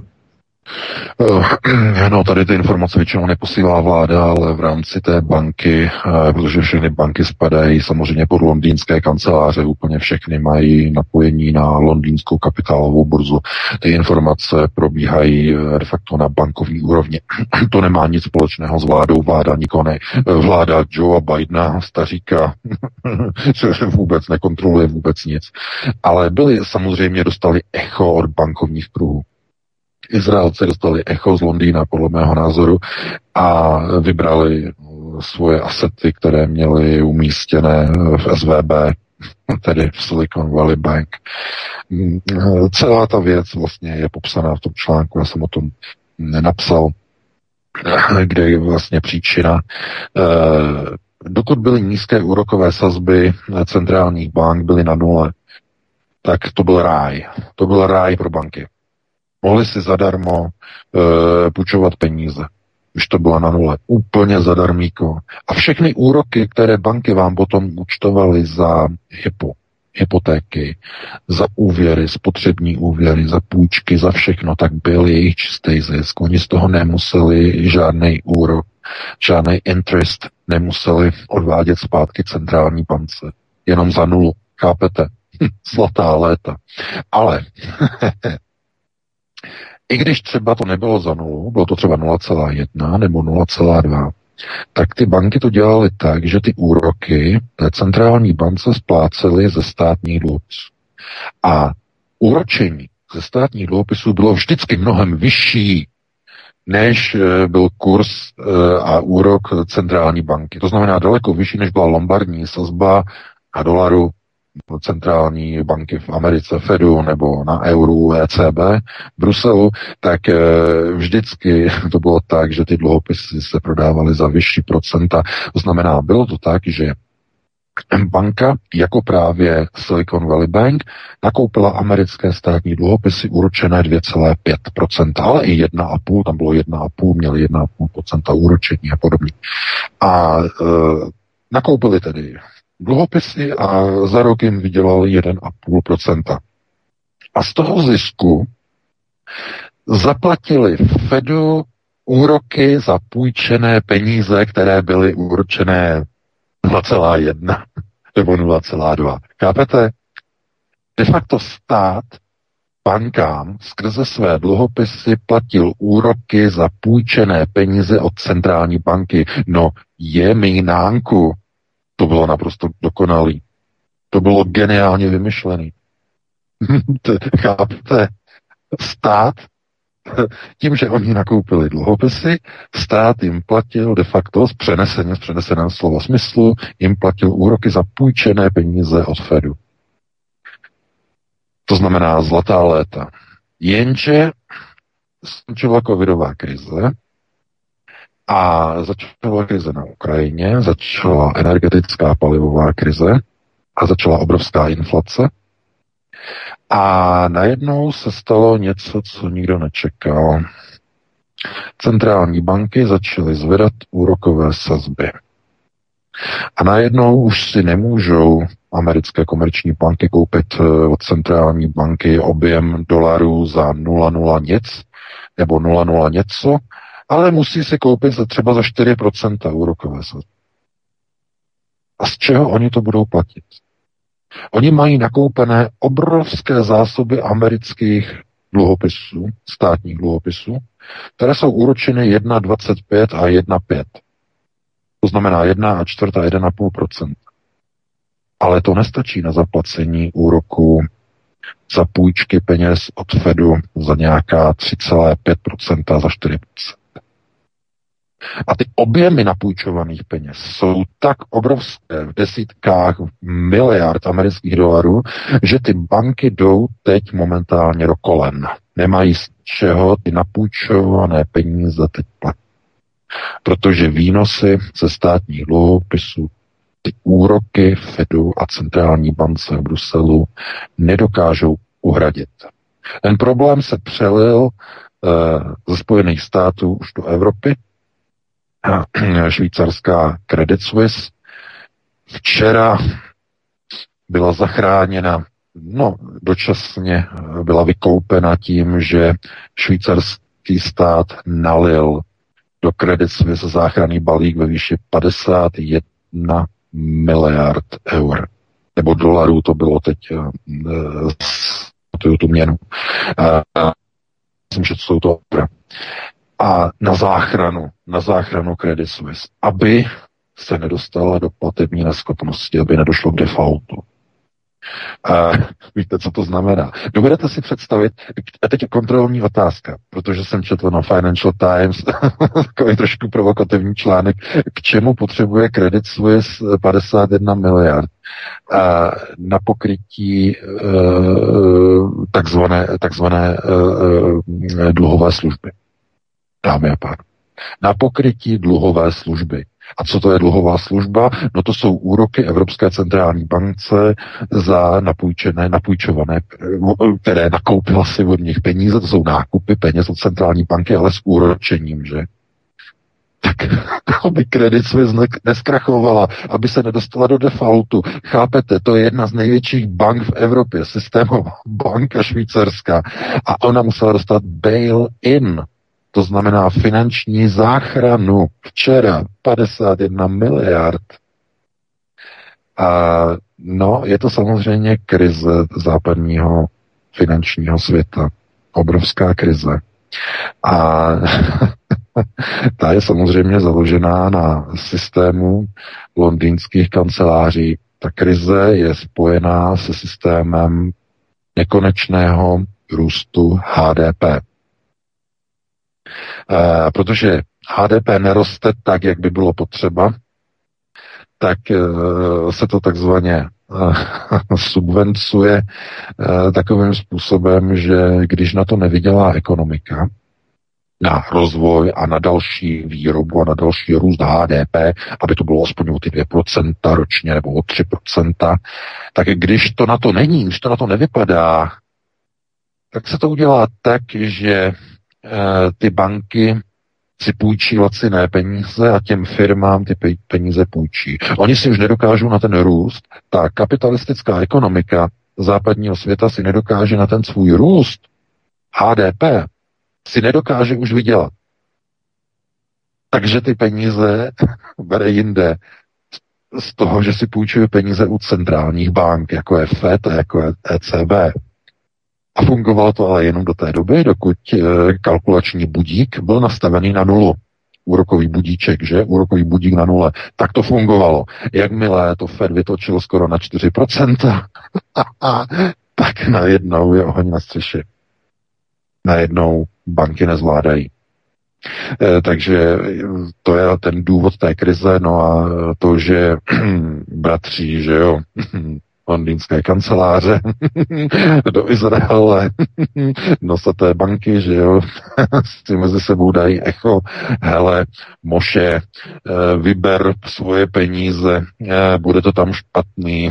No, tady ty informace většinou neposílá vláda, ale v rámci té banky, protože všechny banky spadají samozřejmě pod londýnské kanceláře, úplně všechny mají napojení na londýnskou kapitálovou burzu. Ty informace probíhají de facto na bankovní úrovni. To nemá nic společného s vládou, vláda nikoho ne. Vláda Joea Bidena, staříka, vůbec nekontroluje vůbec nic. Ale byli samozřejmě dostali echo od bankovních kruhů. Izraelci dostali echo z Londýna, podle mého názoru, a vybrali svoje asety, které měly umístěné v S V B, tedy v Silicon Valley Bank. Celá ta věc vlastně je popsaná v tom článku, já jsem o tom nenapsal, kde je vlastně příčina. Dokud byly nízké úrokové sazby centrálních bank, byly na nule, tak to byl ráj. To byl ráj pro banky. Mohli si zadarmo e, půjčovat peníze, když to bylo na nule. Úplně zadarmíko. A všechny úroky, které banky vám potom účtovaly za hypo, hypotéky, za úvěry, spotřební úvěry, za půjčky, za všechno, tak byl jejich čistý zisk. Oni z toho nemuseli žádný úrok, žádný interest nemuseli odvádět zpátky centrální bance. Jenom za nulu. Chápete? Zlatá léta. Ale i když třeba to nebylo za nulu, bylo to třeba nula celá jedna nebo nula celá dva, tak ty banky to dělaly tak, že ty úroky té centrální bance splácely ze státních dluhopisů. A úročení ze státních dluhopisů bylo vždycky mnohem vyšší, než byl kurz a úrok centrální banky. To znamená daleko vyšší, než byla lombardní sazba na dolaru centrální banky v Americe, Fedu, nebo na euru, E C B v Bruselu, tak vždycky to bylo tak, že ty dluhopisy se prodávaly za vyšší procenta. To znamená, bylo to tak, že banka, jako právě Silicon Valley Bank, nakoupila americké státní dluhopisy úročené dvě celá pět procenta, ale i jedna celá pět, tam bylo jedna celá pět, měli jedna celá pět procenta úročení a podobně. A e, nakoupili tedy dluhopisy a za rok jim vydělali jedna celá pět procenta. A z toho zisku zaplatili Fedu úroky za půjčené peníze, které byly úročené nula celá jedna nebo nula celá dva. Chápete? De facto stát bankám skrze své dluhopisy platil úroky za půjčené peníze od centrální banky. No je minánku. To bylo naprosto dokonalý. To bylo geniálně vymyšlený. Chápete? Stát, tím, že oni nakoupili dluhopisy, stát jim platil de facto z přeneseně, z přeneseném slova smyslu, jim platil úroky za půjčené peníze od Fedu. To znamená zlatá léta. Jenže skončila covidová krize a začala krize na Ukrajině, začala energetická palivová krize a začala obrovská inflace. A najednou se stalo něco, co nikdo nečekal. Centrální banky začaly zvedat úrokové sazby. A najednou už si nemůžou americké komerční banky koupit od centrální banky objem dolarů za nula nula nic, nebo nula nula něco, ale musí si koupit za třeba za čtyři procenta úrokové sazby. A z čeho oni to budou platit? Oni mají nakoupené obrovské zásoby amerických dluhopisů, státních dluhopisů, které jsou úročeny jedna celá dvacet pět a jedna celá pět. To znamená jedna a čtvrt a jedna celá pět procenta. Ale to nestačí na zaplacení úroku za půjčky peněz od Fedu za nějaká tři celá pět procenta za čtyři procenta. A ty objemy napůjčovaných peněz jsou tak obrovské v desítkách miliard amerických dolarů, že ty banky jdou teď momentálně do kolen. Nemají z čeho ty napůjčované peníze teď platit. Protože výnosy ze státních dluhopisů, ty úroky Fedu a centrální bance v Bruselu nedokážou uhradit. Ten problém se přelil e, ze Spojených států už do Evropy. Švýcarská Credit Suisse včera byla zachráněna, no dočasně byla vykoupena tím, že švýcarský stát nalil do Credit Suisse záchranný balík ve výši padesát jedna miliard eur. Nebo dolarů, to bylo teď tu, tu měnu. Myslím, že to jsou to a na záchranu, na záchranu Credit Suisse, aby se nedostala do platební neschopnosti, aby nedošlo k defaultu. A víte, co to znamená? Dovedete si představit, a teď kontrolní otázka, protože jsem četl na Financial Times takový trošku provokativní článek, k čemu potřebuje Credit Suisse padesát jedna miliard a na pokrytí uh, takzvané, takzvané uh, dluhové služby. Dámy a pánové, na pokrytí dluhové služby. A co to je dluhová služba? No to jsou úroky Evropské centrální bance za napůjčené, napůjčované, které nakoupila si od nich peníze, to jsou nákupy peněz od centrální banky, ale s úročením, že? Tak aby Credit Suisse neskrachovala, aby se nedostala do defaultu. Chápete, to je jedna z největších bank v Evropě, systémová banka švýcarská. A ona musela dostat bail-in. To znamená finanční záchranu. Včera padesát jedna miliard. A no, je to samozřejmě krize západního finančního světa. Obrovská krize. A ta je samozřejmě založená na systému londýnských kanceláří. Ta krize je spojená se systémem nekonečného růstu H D P. E, protože H D P neroste tak, jak by bylo potřeba, tak e, se to takzvaně subvencuje takovým způsobem, že když na to nevydělá ekonomika, na rozvoj a na další výrobu a na další růst H D P, aby to bylo aspoň o ty dvě procenta ročně nebo o tři procenta, tak když to na to není, když to na to nevypadá, tak se to udělá tak, že e, ty banky si půjčí laciné peníze a těm firmám ty peníze půjčí. Oni si už nedokážou na ten růst. Ta kapitalistická ekonomika západního světa si nedokáže na ten svůj růst H D P si nedokáže už vydělat. Takže ty peníze bere jinde z toho, že si půjčuje peníze u centrálních bank, jako je F E D, jako je E C B. A fungovalo to ale jenom do té doby, dokud kalkulační budík byl nastavený na nulu. Úrokový budíček, že? Úrokový budík na nule. Tak to fungovalo. Jakmile to F E D vytočil skoro na čtyři procenta, tak najednou je oheň na střeše. Najednou banky nezvládají. E, takže to je ten důvod té krize, no a to, že bratří, že jo, londýnské kanceláře do Izraele, nosaté banky, že jo, si mezi sebou dají echo, hele, Moše, vyber svoje peníze, bude to tam špatný,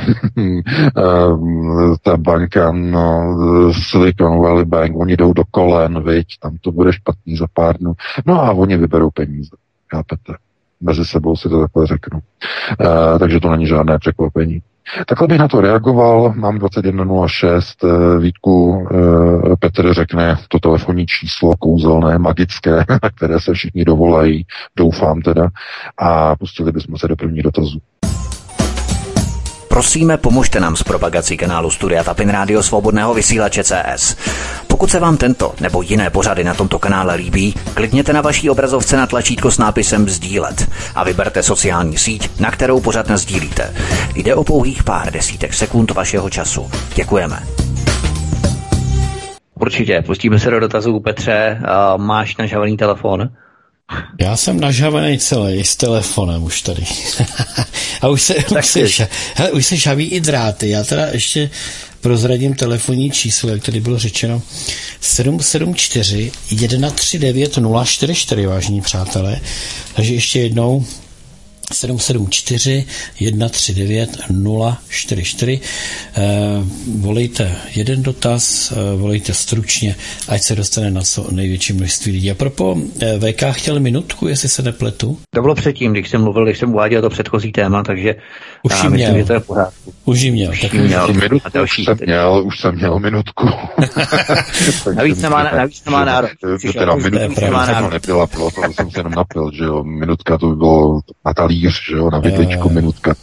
ta banka, no, Silicon Valley Bank, oni jdou do kolen, viď, tam to bude špatný za pár dnů, no a oni vyberou peníze, chápete, mezi sebou si to takhle řeknu, takže to není žádné překvapení. Takhle bych na to reagoval, mám dvacet jedna nula šest, Vítku, Petr řekne to telefonní číslo kouzelné, magické, na které se všichni dovolají, doufám teda, a pustili bychom se do první dotazu. Prosíme, pomožte nám s propagací kanálu Studia Tapin Rádio Svobodného vysílače C S. Pokud se vám tento nebo jiné pořady na tomto kanále líbí, klikněte na vaší obrazovce na tlačítko s nápisem sdílet a vyberte sociální síť, na kterou pořad nasdílíte. Jde o pouhých pár desítek sekund vašeho času. Děkujeme. Určitě, pustíme se do dotazů. Petře, máš nažhavený telefon? Já jsem nažhavený celý s telefonem už tady. A už se, už, se, ša, hele, už se žhaví i dráty. Já teda ještě prozradím telefonní číslo, jak tady bylo řečeno. sedm sedm čtyři jedna tři devět nula čtyři čtyři, vážení přátelé. Takže ještě jednou sedm sedm čtyři jedna tři devět nula čtyři čtyři. E, volejte jeden dotaz, e, volejte stručně, ať se dostane na co největší množství lidí. A propo, e, V K chtěl minutku, jestli se nepletu. To bylo předtím, když jsem mluvil, když jsem uváděl to předchozí téma, takže už jim měl. Myslím, že to je v pořádku. Už jim měl. Už jim měl. Minutku, a další, už, jsem měl, už jsem měl minutku. navíc nemá, navíc nemá nárok. Teda minutku jsem nebyla, proto jsem se jenom napil, že jo. Minutka to by bylo na talíř, že jo, na vidličku uh, minutka.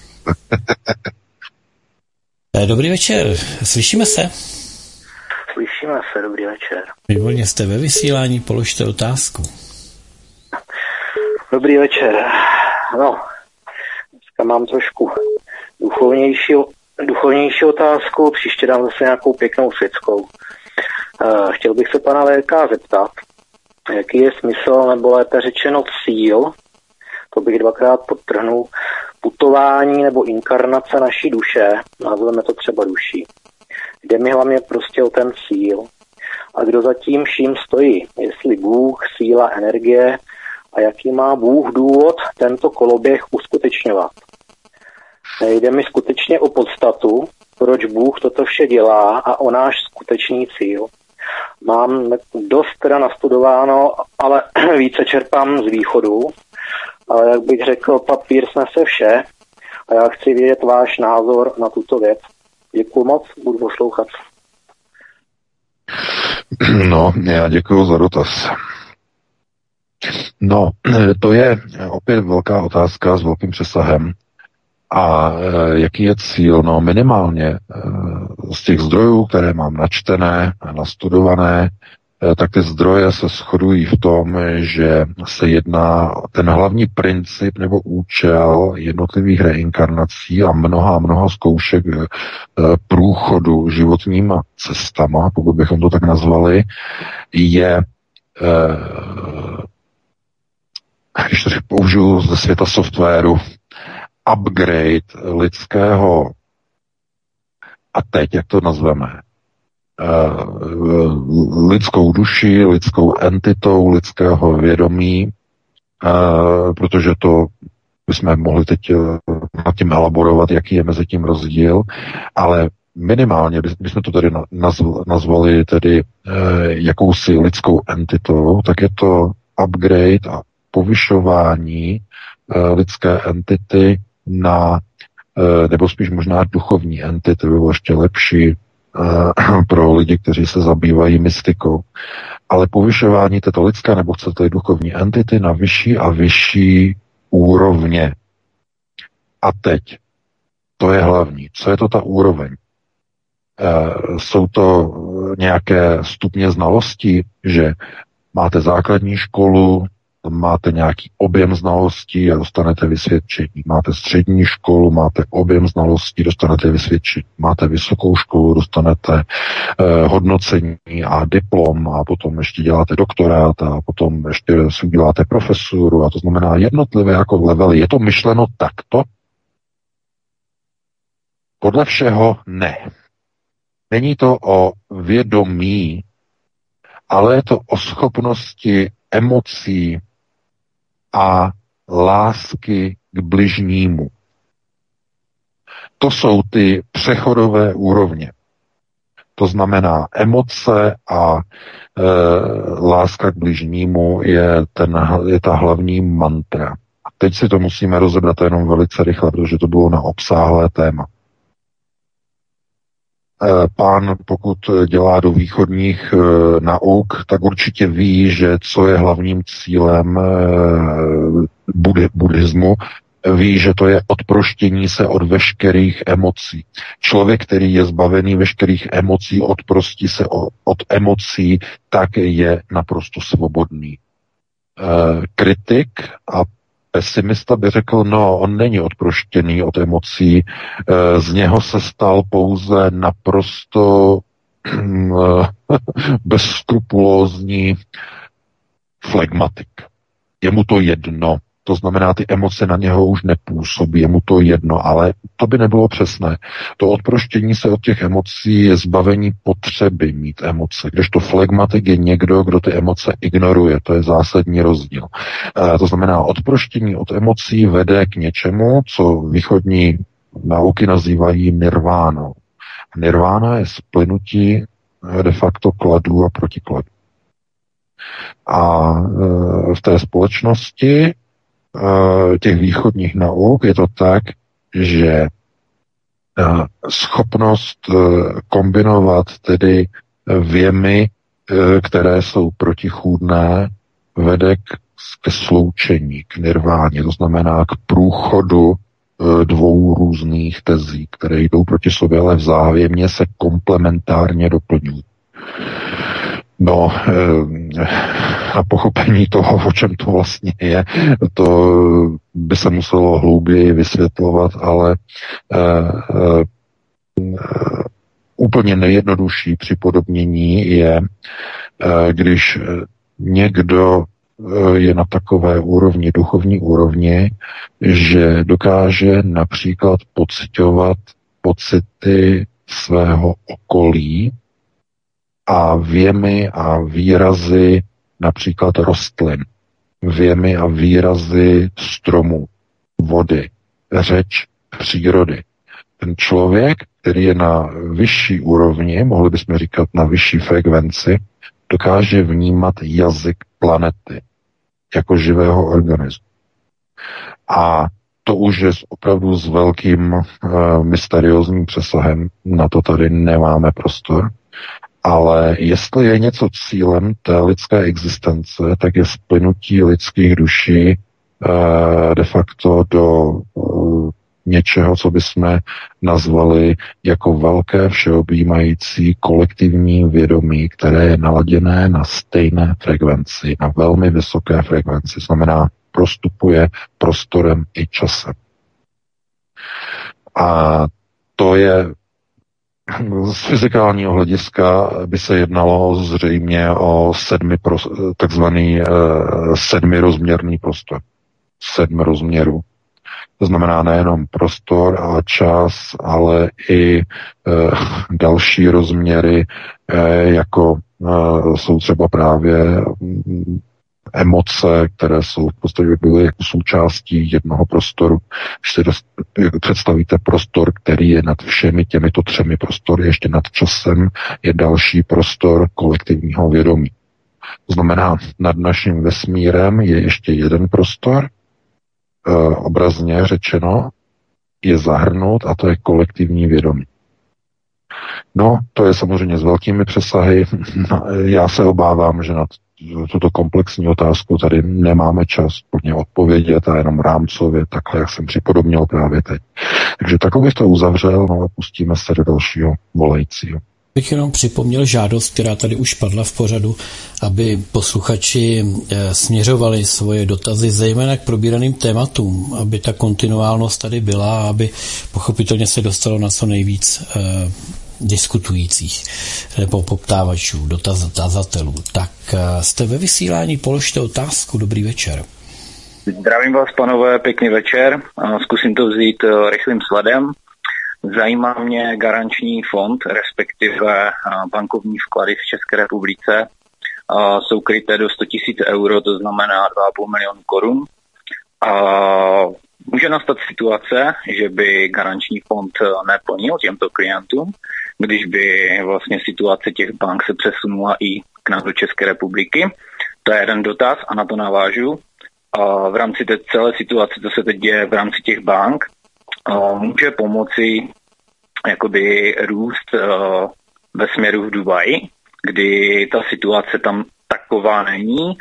Dobrý večer, slyšíme se? Slyšíme se, dobrý večer. Výborně, jste ve vysílání, položte otázku. Dobrý večer. No, dneska mám trošku duchovnější, duchovnější otázku, příště dám zase nějakou pěknou světskou. Uh, chtěl bych se pana V K zeptat, jaký je smysl, nebo lépe řečeno cíl, to bych dvakrát podtrhnul, putování nebo inkarnace naší duše, nazveme to třeba duší. Jde mi hlavně prostě o ten cíl. A kdo za tím vším stojí? Jestli Bůh, síla, energie a jaký má Bůh důvod tento koloběh uskutečňovat. Jde mi skutečně o podstatu, proč Bůh toto vše dělá a o náš skutečný cíl. Mám dost teda nastudováno, ale více čerpám z východu. Ale jak bych řekl, papír snese vše a já chci vědět váš názor na tuto věc. Děkuju moc, budu poslouchat. No, já děkuju za dotaz. No, to je opět velká otázka s velkým přesahem. A jaký je cíl? No, minimálně z těch zdrojů, které mám načtené a nastudované, tak ty zdroje se shodují v tom, že se jedná ten hlavní princip nebo účel jednotlivých reinkarnací a mnoha mnoha zkoušek průchodu životníma cestama, pokud bychom to tak nazvali, je, když to použiju ze světa softwaru, upgrade lidského A teď, jak to nazveme? Lidskou duši, lidskou entitou, lidského vědomí, protože to bychom mohli teď nad tím elaborovat, jaký je mezi tím rozdíl, ale minimálně bychom to tady nazvali tedy jakousi lidskou entitou, tak je to upgrade a povyšování lidské entity na, nebo spíš možná duchovní entity, by bylo ještě lepší pro lidi, kteří se zabývají mystikou. Ale povyšování této lidské, nebo chcete duchovní entity na vyšší a vyšší úrovně. A teď, to je hlavní. Co je to ta úroveň? Jsou to nějaké stupně znalostí, že máte základní školu, máte nějaký objem znalostí a dostanete vysvědčení. Máte střední školu, máte objem znalostí, dostanete vysvědčení. Máte vysokou školu, dostanete eh, hodnocení a diplom a potom ještě děláte doktorát a potom ještě si uděláte profesuru a to znamená jednotlivé jako levely. Je to myšleno takto? Podle všeho ne. Není to o vědomí, ale je to o schopnosti emocí a lásky k bližnímu. To jsou ty přechodové úrovně. To znamená emoce a e, láska k bližnímu je, ten, je ta hlavní mantra. A teď si to musíme rozebrat jenom velice rychle, protože to bylo na obsáhlé téma. Pán, pokud dělá do východních nauk, tak určitě ví, že co je hlavním cílem buddhismu, ví, že to je odproštění se od veškerých emocí. Člověk, který je zbavený veškerých emocí, odprostí se od emocí, tak je naprosto svobodný. Kritik a pesimista by řekl, no, on není odproštěný od emocí, z něho se stal pouze naprosto bezskrupulózní flegmatik. Je mu to jedno. To znamená, ty emoce na něho už nepůsobí, je mu to jedno, ale to by nebylo přesné. To odproštění se od těch emocí je zbavení potřeby mít emoce, kdežto flegmatik je někdo, kdo ty emoce ignoruje. To je zásadní rozdíl. E, to znamená, odproštění od emocí vede k něčemu, co východní nauky nazývají nirvánou. Nirvána je splynutí de facto kladů a protikladů. A e, v té společnosti těch východních nauk je to tak, že schopnost kombinovat tedy věmy, které jsou protichůdné, vede ke sloučení, k nirváně, to znamená k průchodu dvou různých tezí, které jdou proti sobě, ale vzájemně se komplementárně doplňují. No, na pochopení toho, o čem to vlastně je, to by se muselo hlouběji vysvětlovat, ale uh, uh, úplně nejjednodušší připodobnění je, uh, když někdo je na takové úrovni, duchovní úrovni, že dokáže například pociťovat pocity svého okolí, a věmy a výrazy například rostlin, věmy a výrazy stromů, vody, řeč přírody. Ten člověk, který je na vyšší úrovni, mohli bychom říkat na vyšší frekvenci, dokáže vnímat jazyk planety jako živého organismu. A to už je opravdu s velkým uh, mysteriózním přesahem, na to tady nemáme prostor. Ale jestli je něco cílem té lidské existence, tak je splynutí lidských duší uh, de facto do uh, něčeho, co bychom nazvali jako velké všeobjímající kolektivní vědomí, které je naladěné na stejné frekvenci, na velmi vysoké frekvenci, znamená prostupuje prostorem i časem. A to je z fyzikálního hlediska by se jednalo zřejmě o sedmi pro, takzvaný uh, sedmirozměrný prostor. Sedm rozměrů, To znamená nejenom prostor a čas, ale i e, další rozměry, e, jako e, jsou třeba právě m, emoce, které jsou v podstatě byly jako součástí jednoho prostoru. Když si dost, představíte prostor, který je nad všemi těmito třemi prostory, ještě nad časem, je další prostor kolektivního vědomí. To znamená, nad naším vesmírem je ještě jeden prostor, e, obrazně řečeno, je zahrnut a to je kolektivní vědomí. No, to je samozřejmě s velkými přesahy. Já se obávám, že na tuto komplexní otázku tady nemáme čas plně odpovědět a jenom rámcově, takhle, jak jsem připodobnil právě teď. Takže takhle bych to uzavřel, no a pustíme se do dalšího volajícího. Bych jenom připomněl žádost, která tady už padla v pořadu, aby posluchači směřovali svoje dotazy zejména k probíraným tématům, aby ta kontinuálnost tady byla, aby pochopitelně se dostalo na co nejvíc eh, diskutujících nebo poptávačů, dotazatelů. Tak jste ve vysílání, položte otázku. Dobrý večer. Zdravím vás, panové, pěkný večer. Zkusím to vzít rychlým sledem. Zajímá mě garanční fond, respektive bankovní vklady v České republice. Jsou kryté do sto tisíc euro, to znamená dva a půl milionu korun. A může nastat situace, že by garanční fond neplnil těmto klientům, když by vlastně situace těch bank se přesunula i k nám do České republiky. To je jeden dotaz a na to navážu. A v rámci té celé situace, co se teď děje v rámci těch bank, může pomoci jakoby růst ve směru v Dubaji, kdy ta situace tam taková není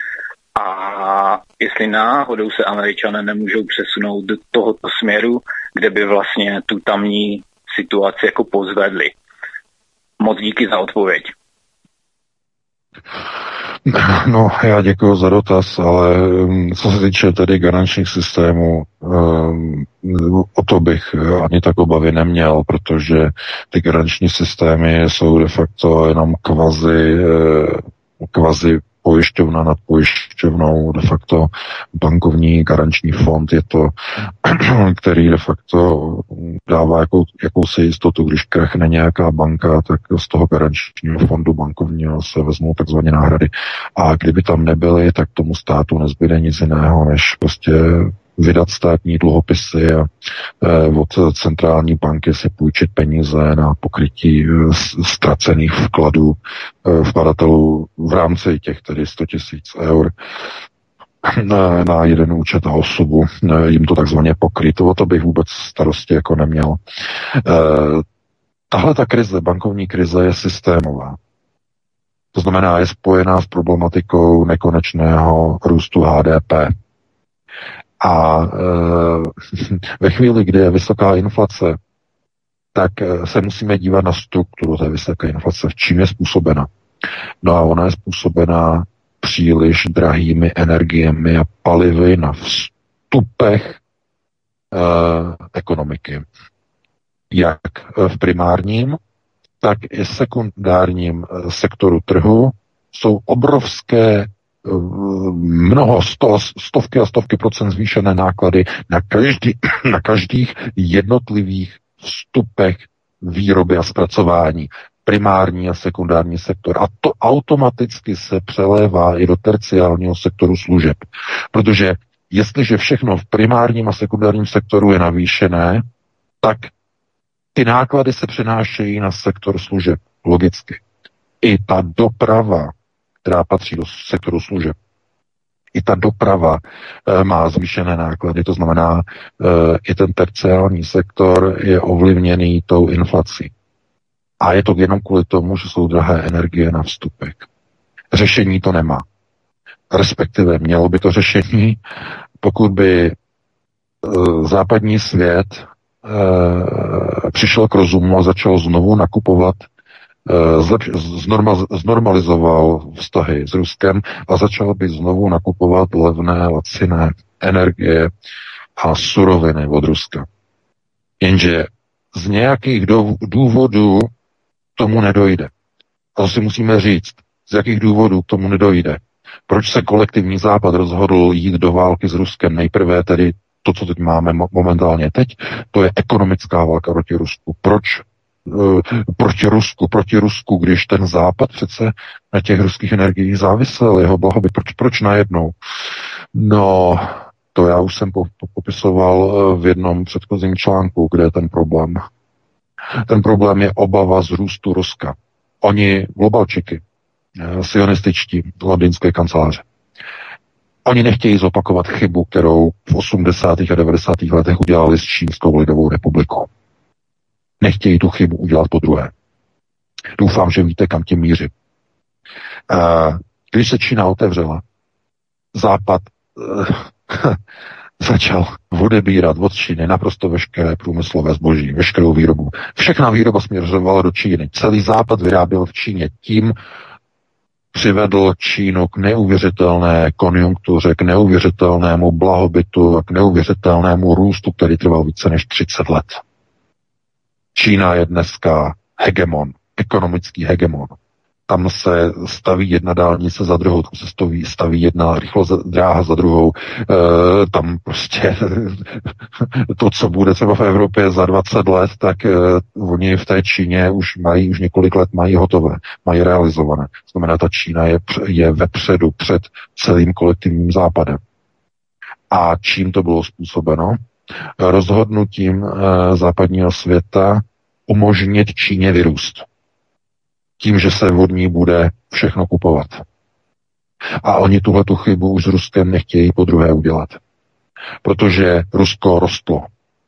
a jestli náhodou se Američané nemůžou přesunout do tohoto směru, kde by vlastně tu tamní situaci jako pozvedli. Moc díky za odpověď. No, já děkuji za dotaz, ale co se týče tedy garančních systémů, o to bych ani tak obavy neměl, protože ty garanční systémy jsou de facto jenom kvazi, kvazi pojišťovna nad pojišťovnou, de facto bankovní garanční fond je to, který de facto dává jakou, jakousi jistotu, když krachne nějaká banka, tak z toho garančního fondu bankovního se vezmou takzvané náhrady. A kdyby tam nebyly, tak tomu státu nezbyde nic jiného, než prostě vydat státní dluhopisy a e, od centrální banky si půjčit peníze na pokrytí e, ztracených vkladů e, vkladatelů v rámci těch tedy sto tisíc eur na, na jeden účet a osobu. E, jim to takzvaně pokryt. O to bych vůbec starosti jako neměl. E, tahle ta krize, bankovní krize je systémová. To znamená, je spojená s problematikou nekonečného růstu H D P. A e, ve chvíli, kdy je vysoká inflace, tak se musíme dívat na strukturu té vysoké inflace, v čím je způsobena. No a ona je způsobena příliš drahými energiemi a palivy na vstupech e, ekonomiky. Jak v primárním, tak i sekundárním sektoru trhu jsou obrovské mnoho, sto, stovky a stovky procent zvýšené náklady na, každý, na každých jednotlivých vstupech výroby a zpracování, primární a sekundární sektor. A to automaticky se přelévá i do terciálního sektoru služeb. Protože jestliže všechno v primárním a sekundárním sektoru je navýšené, tak ty náklady se přenášejí na sektor služeb. Logicky. I ta doprava, která patří do sektoru služeb. I ta doprava e, má zvýšené náklady, to znamená, e, i ten terciální sektor je ovlivněný tou inflací. A je to jenom kvůli tomu, že jsou drahé energie na vstupek. Řešení to nemá. Respektive mělo by to řešení, pokud by e, západní svět e, přišel k rozumu a začal znovu nakupovat Zlepš- znorma- znormalizoval vztahy s Ruskem a začal by znovu nakupovat levné, laciné energie a suroviny od Ruska. Jenže z nějakých důvodů tomu nedojde. A to si musíme říct, z jakých důvodů k tomu nedojde. Proč se kolektivní západ rozhodl jít do války s Ruskem? Nejprve tedy to, co teď máme momentálně teď, to je ekonomická válka proti Rusku. Proč proti Rusku, proti Rusku, když ten západ přece na těch ruských energiích závisel, jeho blahobyt. Proč, proč najednou? No, to já už jsem popisoval v jednom předchozím článku, kde je ten problém. Ten problém je obava z růstu Ruska. Oni, globalčiky, sionističtí, londýnské kanceláře, oni nechtějí zopakovat chybu, kterou v osmdesátých a devadesátých letech udělali s Čínskou lidovou republikou. Nechtějí tu chybu udělat po druhé. Doufám, že víte, kam tím mířím. Když se Čína otevřela, Západ začal odebírat od Číny naprosto veškeré průmyslové zboží, veškerou výrobu. Všechna výroba směřovala do Číny. Celý Západ vyráběl v Číně. Tím přivedl Čínu k neuvěřitelné konjunktuře, k neuvěřitelnému blahobytu, k neuvěřitelnému růstu, který trval více než třicet let. Čína je dneska hegemon, ekonomický hegemon. Tam se staví jedna dálnice za druhou, tam se staví, staví jedna rychlodráha za druhou. E, tam prostě to, co bude třeba v Evropě za dvacet let, tak e, oni v té Číně už mají, už několik let mají hotové, mají realizované. Znamená, ta Čína je, je vepředu před celým kolektivním západem. A čím to bylo způsobeno? Rozhodnutím e, západního světa umožnit Číně vyrůst. Tím, že se od ní bude všechno kupovat. A oni tuhletu chybu už s Ruskem nechtějí po druhé udělat. Protože Rusko rostlo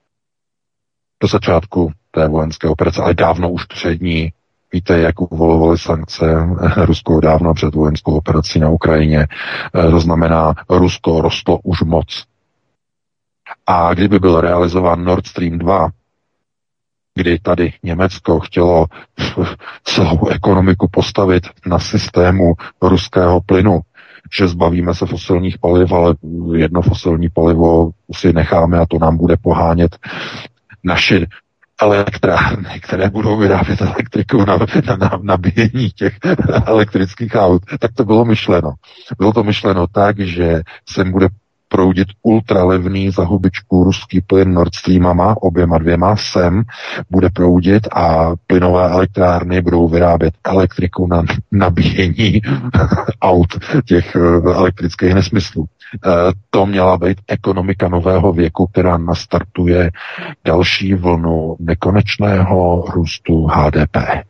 do začátku té vojenské operace, ale dávno už před ní. Víte, jak uvolovaly sankce Rusko dávno před vojenskou operací na Ukrajině. To znamená, Rusko rostlo už moc. A kdyby byl realizován Nord Stream dva, kdy tady Německo chtělo celou ekonomiku postavit na systému ruského plynu, že zbavíme se fosilních paliv, ale jedno fosilní palivo si necháme a to nám bude pohánět naše elektrárny, které budou vyrábět elektriku na, na, na nabíjení těch elektrických aut. Tak to bylo myšleno. Bylo to myšleno tak, že se bude proudit ultralevný za hubičku ruský plyn Nord Streamama, oběma dvěma sem, bude proudit a plynové elektrárny budou vyrábět elektriku na nabíjení aut těch elektrických nesmyslů. To měla být ekonomika nového věku, která nastartuje další vlnu nekonečného růstu H D P.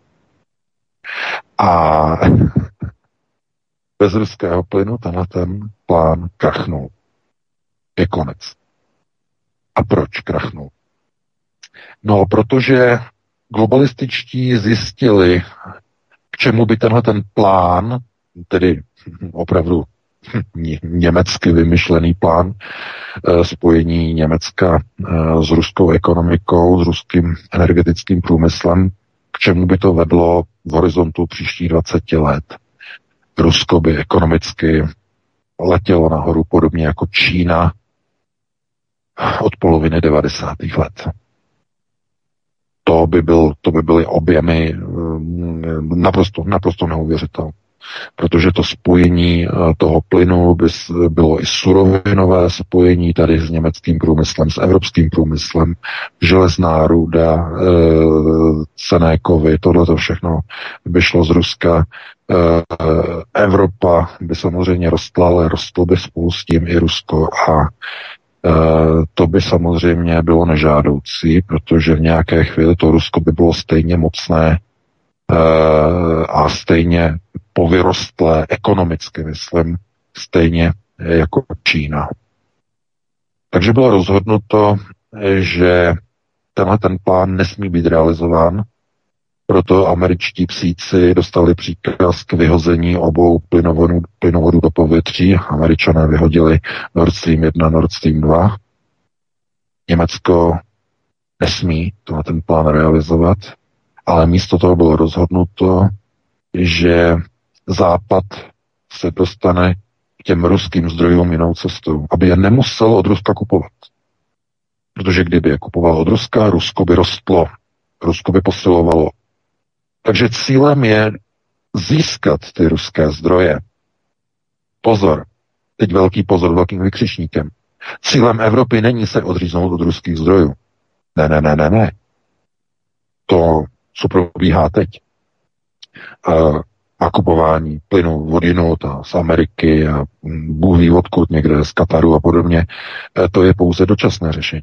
A bez ruského plynu tenhle ten plán krachnul. Je konec. A proč krachnul? No, protože globalističtí zjistili, k čemu by tenhle ten plán, tedy opravdu německy vymyšlený plán spojení Německa s ruskou ekonomikou, s ruským energetickým průmyslem, k čemu by to vedlo v horizontu příštích dvacet let. Rusko by ekonomicky letělo nahoru podobně jako Čína od poloviny devadesátých let. To by, byl, to by byly objemy naprosto, naprosto neuvěřitelné. Protože to spojení toho plynu by bylo i surovinové spojení tady s německým průmyslem, s evropským průmyslem, železná ruda, cenné kovy, tohleto všechno by šlo z Ruska. Evropa by samozřejmě rostla, ale rostlo by spolu s tím i Rusko a to by samozřejmě bylo nežádoucí, protože v nějaké chvíli to Rusko by bylo stejně mocné a stejně povyrostlé ekonomicky, myslím, stejně jako Čína. Takže bylo rozhodnuto, že tenhle ten plán nesmí být realizován, proto američtí psíci dostali příkaz k vyhození obou plynovodů, plynovodů do povětří. Američané vyhodili Nord Stream jedna, Nord Stream dva. Německo nesmí tenhle ten plán realizovat, ale místo toho bylo rozhodnuto, že Západ se dostane k těm ruským zdrojům jinou cestou, aby je nemusel od Ruska kupovat. Protože kdyby je kupoval od Ruska, Rusko by rostlo, Rusko by posilovalo. Takže cílem je získat ty ruské zdroje. Pozor, teď velký pozor, velkým vykřičníkem. Cílem Evropy není se odříznout od ruských zdrojů. Ne, ne, ne, ne, ne. To, co probíhá teď, uh, nakupování plynu vodinut a z Ameriky a Bůh ví odkud někde z Kataru a podobně, to je pouze dočasné řešení.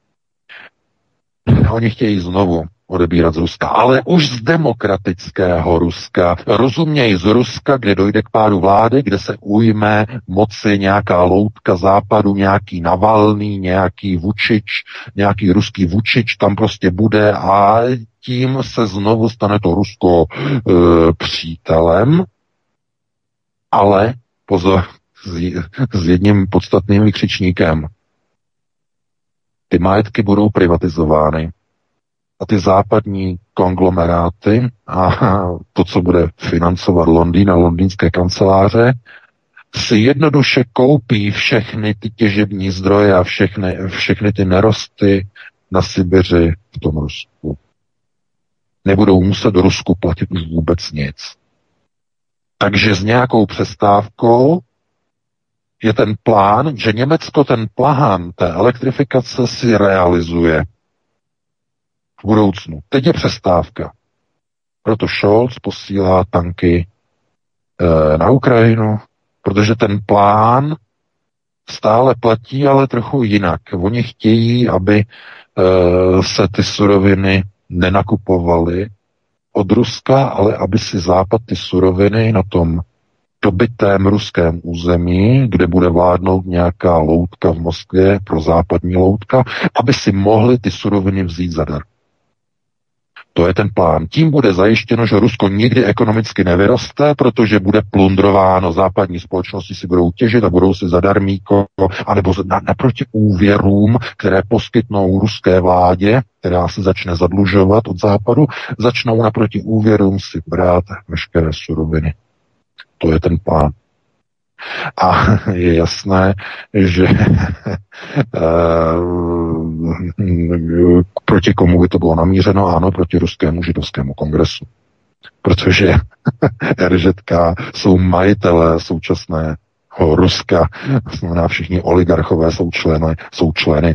Oni chtějí znovu odebírat z Ruska, ale už z demokratického Ruska. Rozumějí z Ruska, kde dojde k pádu vlády, kde se ujme moci nějaká loutka západu, nějaký Navalný, nějaký Vučič, nějaký ruský Vučič tam prostě bude a tím se znovu stane to Rusko e, přítelem, ale pozor, s, s jedním podstatným vykřičníkem. Ty majetky budou privatizovány a ty západní konglomeráty a to, co bude financovat Londýn a londýnské kanceláře, si jednoduše koupí všechny ty těžební zdroje a všechny, všechny ty nerosty na Sibiři v tom Rusku. Nebudou muset do Rusku platit už vůbec nic. Takže s nějakou přestávkou je ten plán, že Německo ten plán té elektrifikace si realizuje v budoucnu. Teď je přestávka. Proto Scholz posílá tanky e, na Ukrajinu, protože ten plán stále platí, ale trochu jinak. Oni chtějí, aby e, se ty suroviny nenakupovaly od Ruska, ale aby si Západ ty suroviny na tom dobytém ruském území, kde bude vládnout nějaká loutka v Moskvě pro západní loutka, aby si mohli ty suroviny vzít zadar. To je ten plán. Tím bude zajištěno, že Rusko nikdy ekonomicky nevyroste, protože bude plundrováno, západní společnosti si budou těžit a budou si zadarmíko, anebo naproti úvěrům, které poskytnou ruské vládě, která se začne zadlužovat od západu, začnou naproti úvěrům si brát veškeré suroviny. To je ten plán. A je jasné, že proti komu by to bylo namířeno? Ano, proti ruskému židovskému kongresu. Protože er zet ká jsou majitelé současného Ruska, znamená všichni oligarchové jsou členy, jsou členy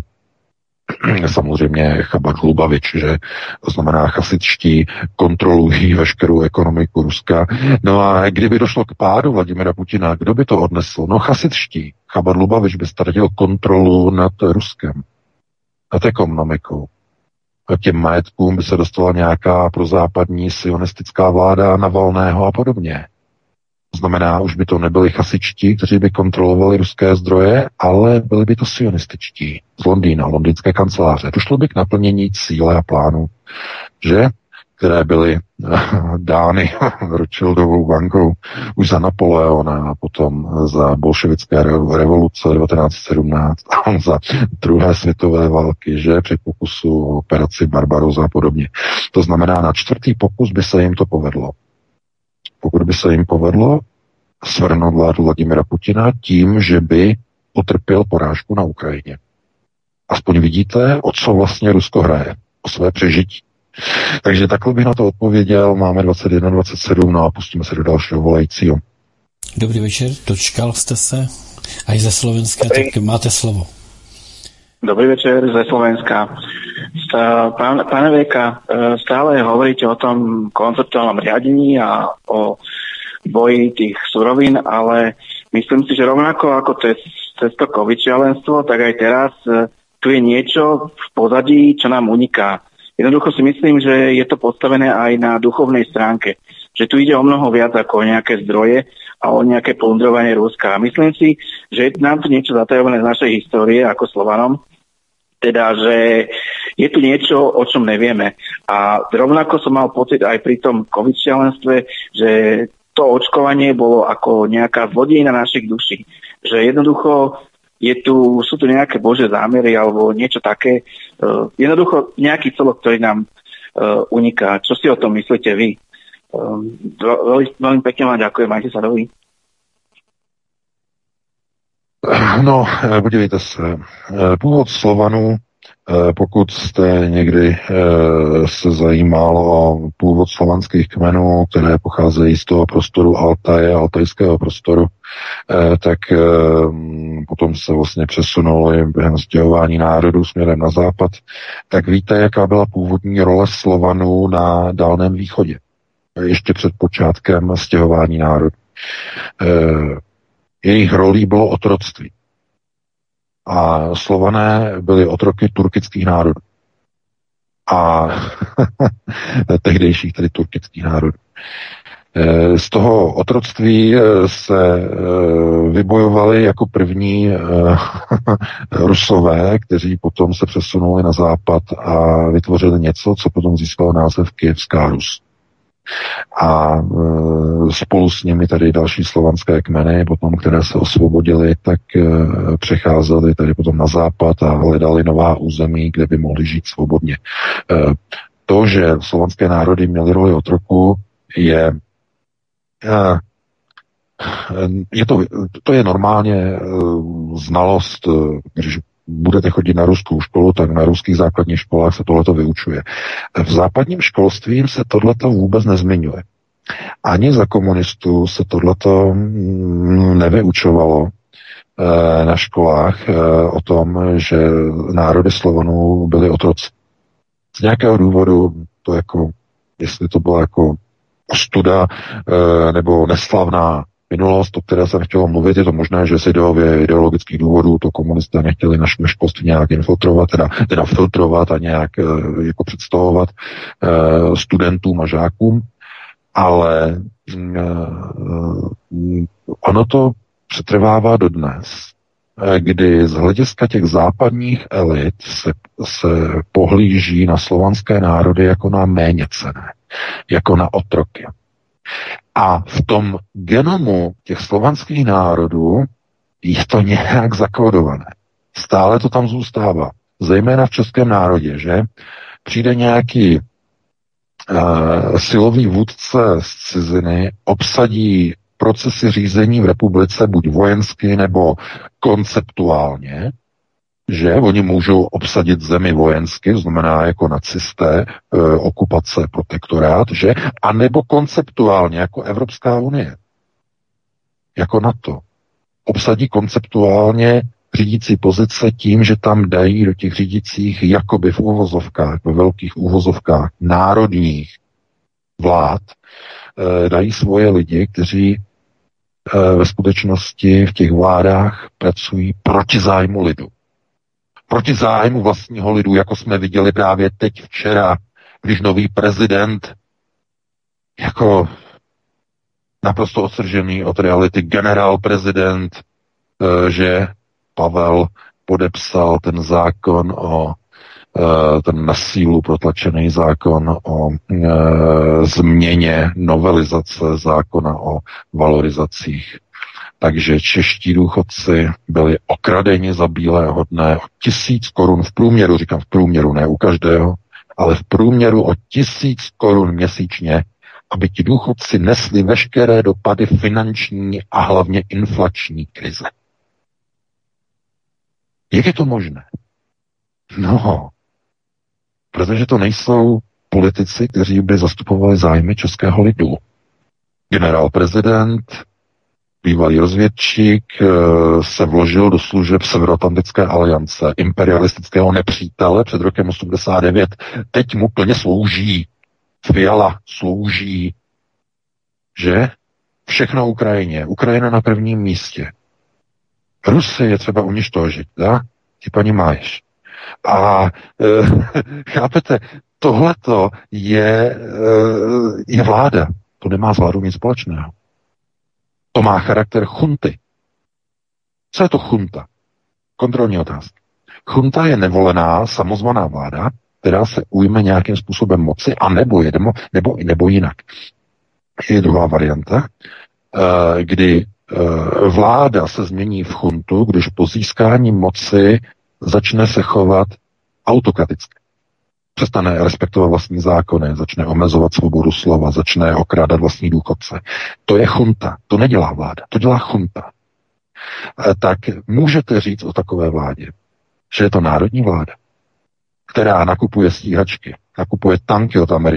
samozřejmě Chabad Lubavič, že to znamená chasičtí kontrolují veškerou ekonomiku Ruska. No a kdyby došlo k pádu Vladimira Putina, kdo by to odnesl? No chasičtí. Chabad Lubavič by ztratil kontrolu nad Ruskem, nad ekonomikou. A k těm majetkům by se dostala nějaká prozápadní sionistická vláda Navalného a podobně. To znamená, už by to nebyli chasičtí, kteří by kontrolovali ruské zdroje, ale byli by to sionističtí z Londýna, londýnské kanceláře. Došlo by k naplnění cíle a plánu, že, které byly dány Rothschildovou bankou už za Napoleona a potom za bolševické revoluce devatenáct set sedmnáct a za druhé světové války, že při pokusu o operaci Barbarossa a podobně. To znamená, na čtvrtý pokus by se jim to povedlo. Pokud by se jim povedlo svrhnout vládu Vladimira Putina tím, že by utrpěl porážku na Ukrajině. Aspoň vidíte, o co vlastně Rusko hraje. O své přežití. Takže takhle bych na to odpověděl. Máme dvacet jedna dvacet sedm, no a pustíme se do dalšího volajícího. Dobrý večer, dočkal jste se. A i ze Slovenska, tak máte slovo. Dobrý večer ze Slovenska. Pán, pane Veka, stále hovoríte o tom konceptuálnom riadení a o boji tých surovín, ale myslím si, že rovnako ako cez, cez to COVID šialenstvo, tak aj teraz tu je niečo v pozadí, čo nám uniká. Jednoducho si myslím, že je to postavené aj na duchovnej stránke. Že tu ide o mnoho viac ako o nejaké zdroje a o nejaké plundrovanie Ruska. A myslím si, že je nám tu niečo zatajované z našej histórie ako Slovanom, teda, že je tu niečo, o čom nevieme. A rovnako som mal pocit aj pri tom COVID šialenstve, že to očkovanie bolo ako nejaká zlodejina našich duší. Že jednoducho je tu, sú tu nejaké božie zámery alebo niečo také. Uh, jednoducho nejaký celok, ktorý nám uh, uniká. Čo si o tom myslíte vy? Uh, veľmi, veľmi pekne vám ďakujem. Majte sa dobrý. No, podívejte se. Původ Slovanů, pokud jste někdy se zajímal o původ slovanských kmenů, které pocházejí z toho prostoru Altaje, altajského prostoru, tak potom se vlastně přesunuli během stěhování národů směrem na západ. Tak víte, jaká byla původní role Slovanů na Dálném východě? Ještě před počátkem stěhování národů. Jejich rolí bylo otroctví. A Slované byli otroky turkických národů. A tehdejších tedy turkických národů. Z toho otroctví se vybojovali jako první Rusové, kteří potom se přesunuli na západ a vytvořili něco, co potom získalo název Kyjevská Rus. A spolu s nimi tady další slovanské kmeny, potom, které se osvobodily, tak přecházely tady potom na západ a hledali nová území, kde by mohli žít svobodně. To, že slovanské národy měly roli otroku, je je to, to je normálně znalost, když budete chodit na ruskou školu, tak na ruských základních školách se tohleto vyučuje. V západním školství se tohleto vůbec nezmiňuje. Ani za komunistů se tohleto nevyučovalo na školách o tom, že národy Slovanů byly otroci. Z nějakého důvodu to jako, jestli to byla jako ostuda nebo neslavná minulost, o které jsem chtěl mluvit, je to možné, že z ideově, ideologických důvodů to komunisté nechtěli naše školství nějak infiltrovat, teda, teda filtrovat a nějak jako představovat studentům a žákům, ale ono to přetrvává dodnes, kdy z hlediska těch západních elit se, se pohlíží na slovanské národy jako na méněcenné, jako na otroky. A v tom genomu těch slovanských národů je to nějak zakódované. Stále to tam zůstává. Zejména v českém národě, že? Přijde nějaký uh, silový vůdce z ciziny, obsadí procesy řízení v republice buď vojensky nebo konceptuálně, že oni můžou obsadit zemi vojensky, to znamená jako nacisté, e, okupace, protektorát, že? A nebo konceptuálně, jako Evropská unie, jako NATO. Obsadí konceptuálně řídící pozice tím, že tam dají do těch řídících jakoby v úvozovkách, ve velkých úvozovkách národních vlád, e, dají svoje lidi, kteří e, ve skutečnosti v těch vládách pracují proti zájmu lidu. Proti zájmu vlastního lidu, jako jsme viděli právě teď včera, když nový prezident jako naprosto odstržený od reality generál prezident, že Pavel podepsal ten zákon o ten na sílu protlačený zákon o změně novelizace zákona o valorizacích. Takže čeští důchodci byli okradeni za bílého dne o tisíc korun v průměru, říkám v průměru, ne u každého, ale v průměru o tisíc korun měsíčně, aby ti důchodci nesli veškeré dopady finanční a hlavně inflační krize. Jak je to možné? No, protože to nejsou politici, kteří by zastupovali zájmy českého lidu. Generál prezident, bývalý rozvědčík, se vložil do služeb Severoatlantické aliance, imperialistického nepřítele před rokem osmdesát devět. Teď mu plně slouží. Fiala slouží. Že? Všechno Ukrajině. Ukrajina na prvním místě. Rusy je třeba uništožit, da? Ty paní máš. A e, chápete, tohleto je, e, je vláda. To nemá s vládou nic společného. To má charakter chunty. Co je to chunta? Kontrolní otázka. Chunta je nevolená, samozvaná vláda, která se ujme nějakým způsobem moci, a nebo, jedemo, nebo, nebo jinak. Je druhá varianta, kdy vláda se změní v chuntu, když po získání moci začne se chovat autokraticky. Přestane respektovat vlastní zákony, začne omezovat svobodu slova, začne okrádat vlastní důchodce. To je chunta, to nedělá vláda, to dělá chunta. Tak můžete říct o takové vládě, že je to národní vláda, která nakupuje stíhačky, nakupuje tanky od Američanů,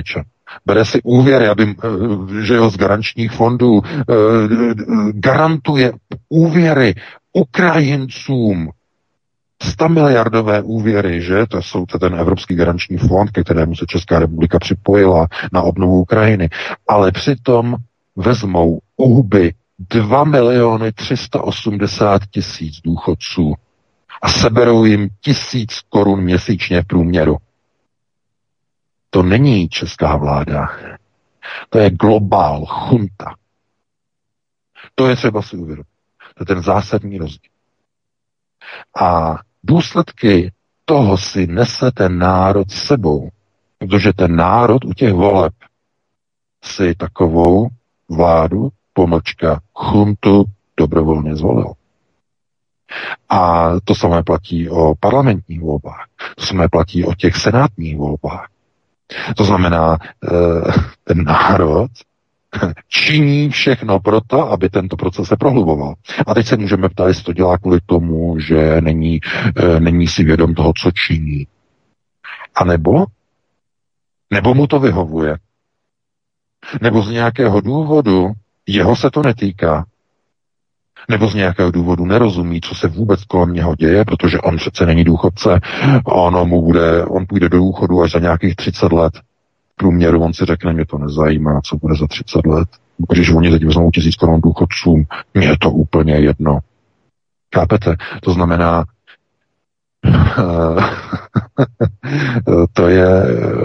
Bere si úvěry, aby, že jo, z garančních fondů garantuje úvěry Ukrajincům. stamiliardové úvěry, že? To jsou to ten Evropský garanční fond, ke kterému se Česká republika připojila na obnovu Ukrajiny. Ale přitom vezmou úby dva miliony tři sta osmdesát tisíc důchodců a seberou jim tisíc korun měsíčně v průměru. To není česká vláda. To je globál, chunta. To je třeba si uvědomit. To je ten zásadní rozdíl. A důsledky toho si nese ten národ s sebou. Protože ten národ u těch voleb si takovou vládu, pomlčka chuntu, dobrovolně zvolil. A to samé platí o parlamentních volbách. To samé platí o těch senátních volbách. To znamená, ten národ činí všechno proto, aby tento proces se prohluboval. A teď se můžeme ptát, jestli to dělá kvůli tomu, že není, není si vědom toho, co činí. A nebo? Nebo mu to vyhovuje. Nebo z nějakého důvodu jeho se to netýká. Nebo z nějakého důvodu nerozumí, co se vůbec kolem něho děje, protože on přece není důchodce, ono mu bude, on půjde do důchodu až za nějakých třicet let. V průměru on si řekne, mě to nezajímá, co bude za třicet let. Když oni teď vezmou tisíc korun důchodcům, mě je to úplně jedno. Chápete? To znamená, to je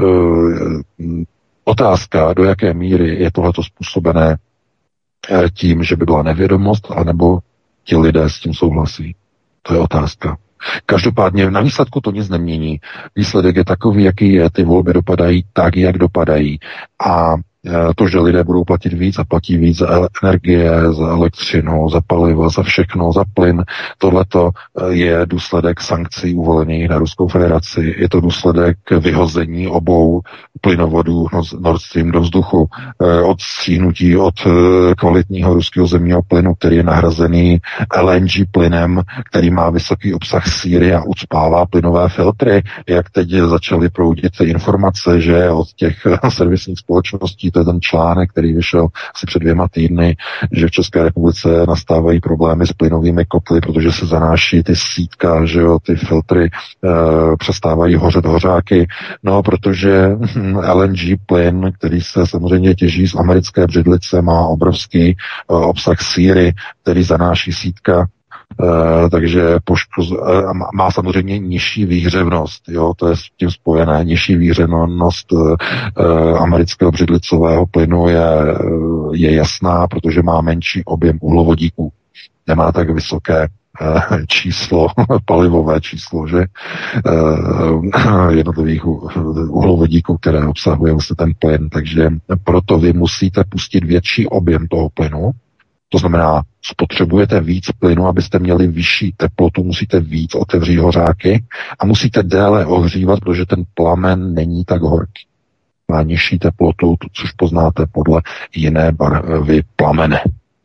otázka, do jaké míry je tohleto způsobené tím, že by byla nevědomost, anebo ti lidé s tím souhlasí. To je otázka. Každopádně na výsledku to nic nemění. Výsledek je takový, jaký je, ty volby dopadají tak, jak dopadají. A to, že lidé budou platit víc a platí víc za energie, za elektřinu, za palivo, za všechno, za plyn, tohleto je důsledek sankcí uvolených na Ruskou federaci. Je to důsledek vyhození obou plynovodů Nord Stream do vzduchu, odstříhnutí od kvalitního ruského zemního plynu, který je nahrazený L N G plynem, který má vysoký obsah síry a ucpává plynové filtry. Jak teď začaly proudit informace, že od těch servisních společností, to je ten článek, který vyšel asi před dvěma týdny, že v České republice nastávají problémy s plynovými kotly, protože se zanáší ty sítka, že jo, ty filtry e, přestávají hořet hořáky, no, protože L N G plyn, který se samozřejmě těží z americké břidlice, má obrovský e, obsah síry, který zanáší sítka. Uh, takže poškoz, uh, má samozřejmě nižší výhřevnost, jo, to je s tím spojené. Nižší výhřevnost uh, amerického břidlicového plynu je, je jasná, protože má menší objem uhlovodíků. Nemá tak vysoké uh, číslo, palivové číslo, že uh, jednotlivých uhlovodíků, které obsahuje vlastně ten plyn. Takže proto vy musíte pustit větší objem toho plynu. To znamená, spotřebujete víc plynu, abyste měli vyšší teplotu, musíte víc otevřít hořáky a musíte déle ohřívat, protože ten plamen není tak horký. Má nižší teplotu, což poznáte podle jiné barvy plamene.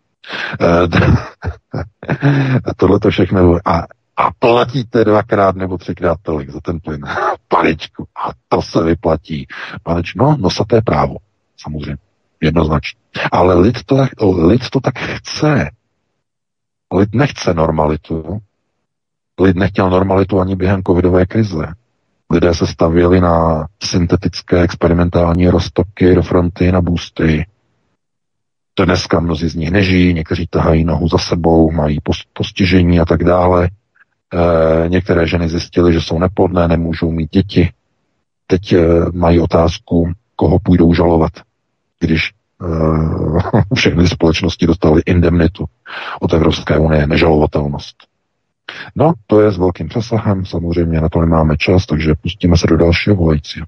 Tohle to všechno a, a platíte dvakrát nebo třikrát tolik za ten plyn. Panečku, a to se vyplatí. Paneč, no, nosaté právo, samozřejmě. Jednoznačně. Ale lid to, lid to tak chce. Lid nechce normalitu. Lid nechtěl normalitu ani během covidové krize. Lidé se stavěli na syntetické experimentální roztoky do fronty, na boosty. To dneska mnozí z nich nežijí, někteří tahají nohu za sebou, mají postižení a tak dále. E, některé ženy zjistily, že jsou neplodné, nemůžou mít děti. Teď e, mají otázku, koho půjdou žalovat, když uh, všechny společnosti dostaly indemnitu od Evropské unie, nežalovatelnost. No, to je s velkým přesahem, samozřejmě na to nemáme čas, takže pustíme se do dalšího volajícího.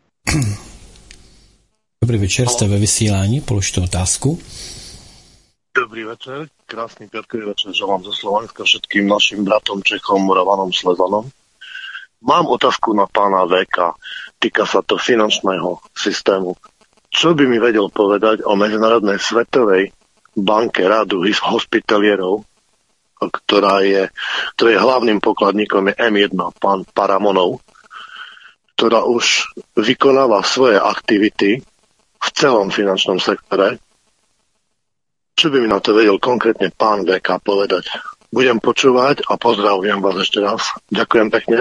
Dobrý večer, jste ve vysílání, položte otázku. Dobrý večer, krásný piatkový večer želám zo Slovenska všetkým našim bratom Čechom, Moravanom, Slezanom. Mám otázku na pána vé ká, týka sa to finančného systému. Čo by mi vedel povedať o Medzinárodnej svetovej banke rádu hospitalierov, ktorá je, ktorá je hlavným pokladníkom je em jedna, pán Paramonov, ktorá už vykonáva svoje aktivity v celom finančnom sektore. Čo by mi na to vedel konkrétne pán vé ká povedať? Budem počúvať a pozdravujem vás ešte raz. Ďakujem pekne.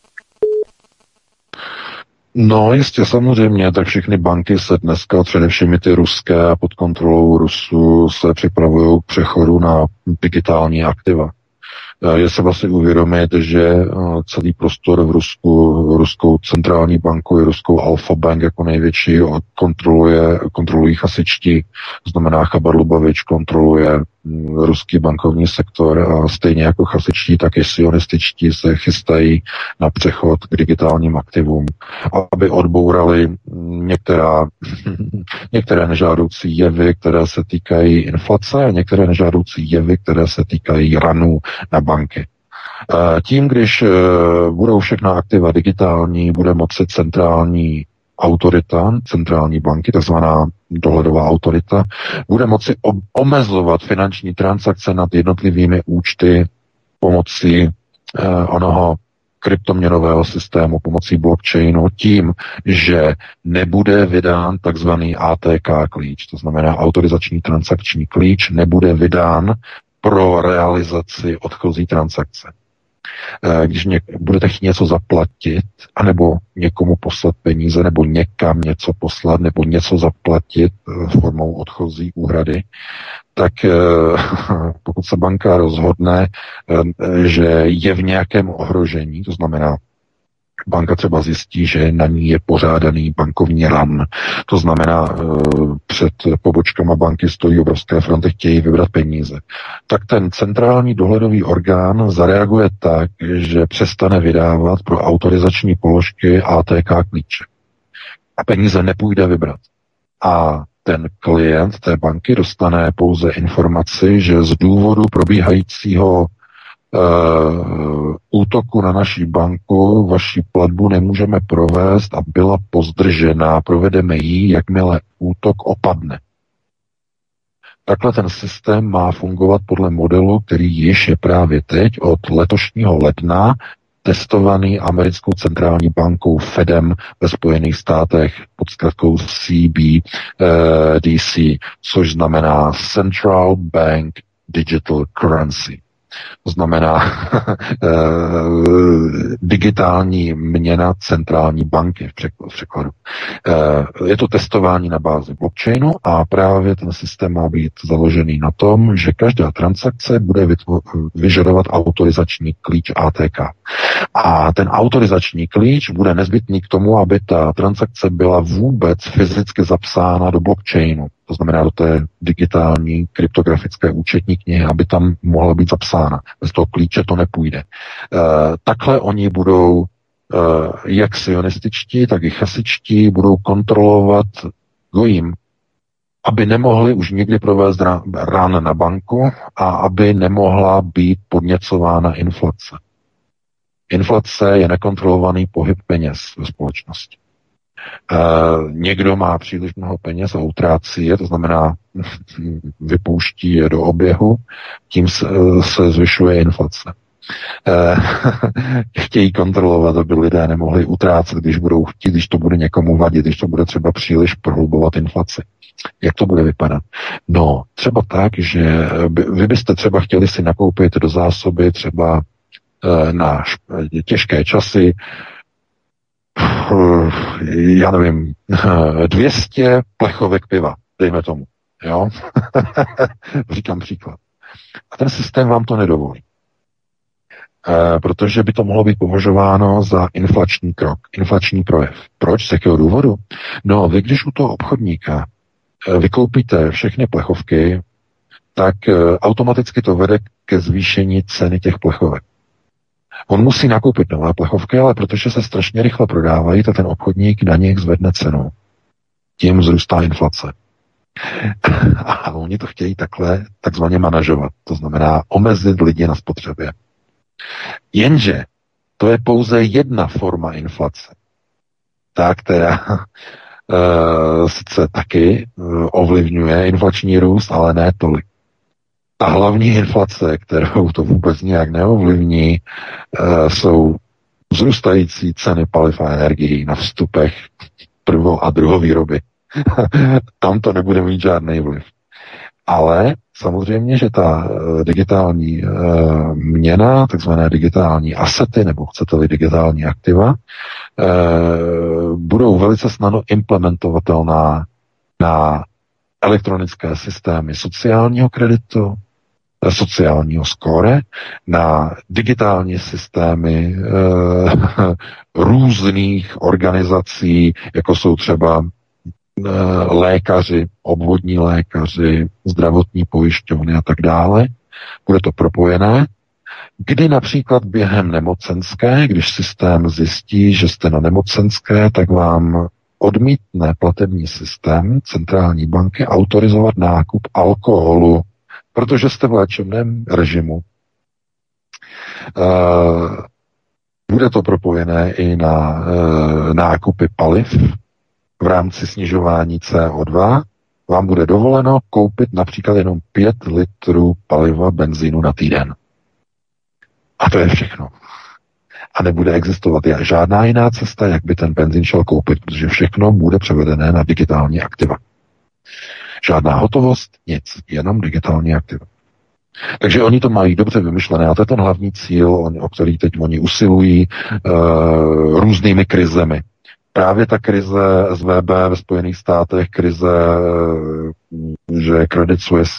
No jistě, samozřejmě, tak všechny banky se dneska, především i ty ruské a pod kontrolou Rusů, se připravují k přechodu na digitální aktiva. Je se vlastně uvědomit, že celý prostor v Rusku, ruskou centrální banku i ruskou Alfa Bank jako největší kontroluje, kontrolují chasičtí, to znamená Chabar Lubavič kontroluje ruský bankovní sektor a stejně jako chasičtí, tak i sionističtí se chystají na přechod k digitálním aktivům, aby odbourali některá, některé nežádoucí jevy, které se týkají inflace a některé nežádoucí jevy, které se týkají ranů na banky. Tím, když budou všechna aktiva digitální, bude moci centrální autorita, centrální banky, takzvaná dohledová autorita, bude moci omezovat finanční transakce nad jednotlivými účty pomocí eh, onoho kryptoměnového systému, pomocí blockchainu, tím, že nebude vydán takzvaný á té ká klíč, to znamená autorizační transakční klíč, nebude vydán pro realizaci odchozí transakce. Když něk, budete chtít něco zaplatit, anebo někomu poslat peníze, nebo někam něco poslat, nebo něco zaplatit formou odchozí úhrady, tak pokud se banka rozhodne, že je v nějakém ohrožení, to znamená, banka třeba zjistí, že na ní je pořádaný bankovní run. To znamená, před pobočkama banky stojí obrovské fronty, chtějí vybrat peníze. Tak ten centrální dohledový orgán zareaguje tak, že přestane vydávat pro autorizační položky á té ká klíče. A peníze nepůjde vybrat. A ten klient té banky dostane pouze informaci, že z důvodu probíhajícího Uh, útoku na naší banku vaši platbu nemůžeme provést a byla pozdržena, provedeme ji, jakmile útok opadne. Takhle ten systém má fungovat podle modelu, který již je právě teď od letošního ledna testovaný americkou centrální bankou Fedem ve Spojených státech pod zkratkou C B D C, což znamená Central Bank Digital Currency. To znamená digitální měna centrální banky v překladu. Je to testování na bázi blockchainu a právě ten systém má být založený na tom, že každá transakce bude vyžadovat autorizační klíč á té ká. A ten autorizační klíč bude nezbytný k tomu, aby ta transakce byla vůbec fyzicky zapsána do blockchainu. To znamená do té digitální kryptografické účetní knihy, aby tam mohla být zapsána. Bez toho klíče to nepůjde. E, takhle oni budou, e, jak sionističtí, tak i chasičtí, budou kontrolovat gojím, aby nemohli už nikdy provést run na banku a aby nemohla být podněcována inflace. Inflace je nekontrolovaný pohyb peněz ve společnosti. Uh, někdo má příliš mnoho peněz a utrácí je, to znamená vypouští je do oběhu, tím se, se zvyšuje inflace. Uh, chtějí kontrolovat, aby lidé nemohli utrácet, když budou chtít, když to bude někomu vadit, když to bude třeba příliš prohlubovat inflaci. Jak to bude vypadat? No, třeba tak, že by, vy byste třeba chtěli si nakoupit do zásoby třeba uh, na těžké časy, já nevím, dvě stě plechovek piva, dejme tomu. Jo? Říkám příklad. A ten systém vám to nedovolí. E, protože by to mohlo být považováno za inflační krok, inflační projev. Proč? Z jakého důvodu? No, vy když u toho obchodníka vykoupíte všechny plechovky, tak automaticky to vede ke zvýšení ceny těch plechovek. On musí nakoupit nové plechovky, ale protože se strašně rychle prodávají, tak ten obchodník na nich zvedne cenu. Tím vzrůstá inflace. A oni to chtějí takhle takzvaně manažovat. To znamená omezit lidi na spotřebě. Jenže to je pouze jedna forma inflace. Ta, která e, sice taky e, ovlivňuje inflační růst, ale ne tolik. Ta hlavní inflace, kterou to vůbec nějak neovlivní, jsou vzrůstající ceny paliv a energií na vstupech prvo- a druhovýroby. Tam to nebude mít žádný vliv. Ale samozřejmě, že ta digitální e, měna, takzvané digitální asety, nebo chcete-li digitální aktiva, e, budou velice snadno implementovatelná na elektronické systémy sociálního kreditu, sociálního skóre, na digitální systémy e, různých organizací, jako jsou třeba lékaři, obvodní lékaři, zdravotní pojišťovny a tak dále. Bude to propojené, kdy například během nemocenské, když systém zjistí, že jste na nemocenské, tak vám odmítne platební systém centrální banky autorizovat nákup alkoholu, protože jste v léčebném režimu. Bude to propojené i na nákupy paliv. V rámci snižování C O dva vám bude dovoleno koupit například jenom pět litrů paliva benzínu na týden. A to je všechno. A nebude existovat žádná jiná cesta, jak by ten benzín šel koupit, protože všechno bude převedené na digitální aktiva. Žádná hotovost, nic, jenom digitální aktiva. Takže oni to mají dobře vymyšlené a to je ten hlavní cíl, o který teď oni usilují uh, různými krizemi. Právě ta krize S V B ve Spojených státech, krize, že Credit Suisse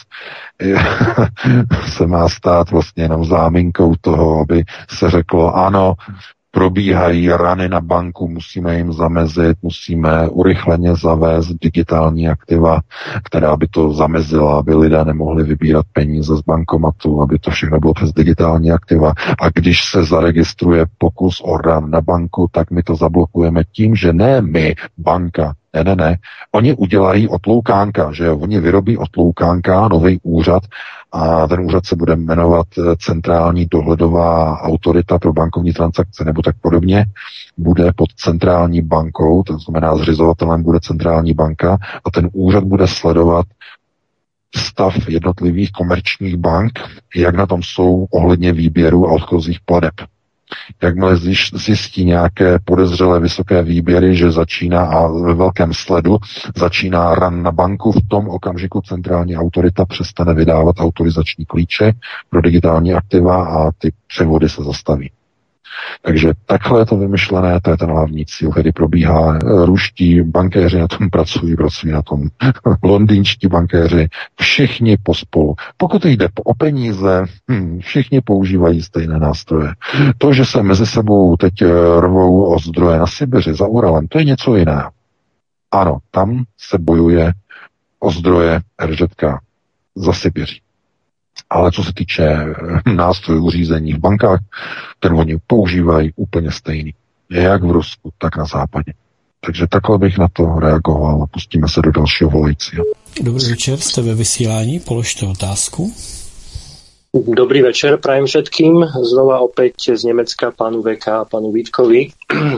se má stát vlastně jenom záminkou toho, aby se řeklo, ano, probíhají rany na banku, musíme jim zamezit, musíme urychleně zavést digitální aktiva, která by to zamezila, aby lidé nemohli vybírat peníze z bankomatu, aby to všechno bylo přes digitální aktiva. A když se zaregistruje pokus o ran na banku, tak my to zablokujeme tím, že ne my, banka, ne, ne, ne, oni udělají otloukánka, že jo, oni vyrobí otloukánka, nový úřad, a ten úřad se bude jmenovat Centrální dohledová autorita pro bankovní transakce nebo tak podobně, bude pod centrální bankou, to znamená zřizovatelem bude centrální banka a ten úřad bude sledovat stav jednotlivých komerčních bank, jak na tom jsou ohledně výběru a odchozích plateb. Jakmile zjistí nějaké podezřelé vysoké výběry, že začíná a ve velkém sledu začíná ran na banku, v tom okamžiku centrální autorita přestane vydávat autorizační klíče pro digitální aktiva a ty převody se zastaví. Takže takhle je to vymyšlené, to je ten hlavní cíl, který probíhá. Ruští bankéři na tom pracují, pracují na tom londýnští bankéři, všichni pospolu. Pokud jde o peníze, hm, všichni používají stejné nástroje. To, že se mezi sebou teď rvou o zdroje na Sibiři za Uralem, to je něco jiného. Ano, tam se bojuje o zdroje R Ž K za Sibiří. Ale co se týče nástrojů řízení v bankách, ten oni používají úplně stejný. Jak v Rusku, tak na západě. Takže takhle bych na to reagoval a pustíme se do dalšího volajícího. Dobrý večer, jste ve vysílání, položte otázku. Dobrý večer, prajem všetkým. Znova opäť z Nemecka pánu V K a pánu Vítkovi.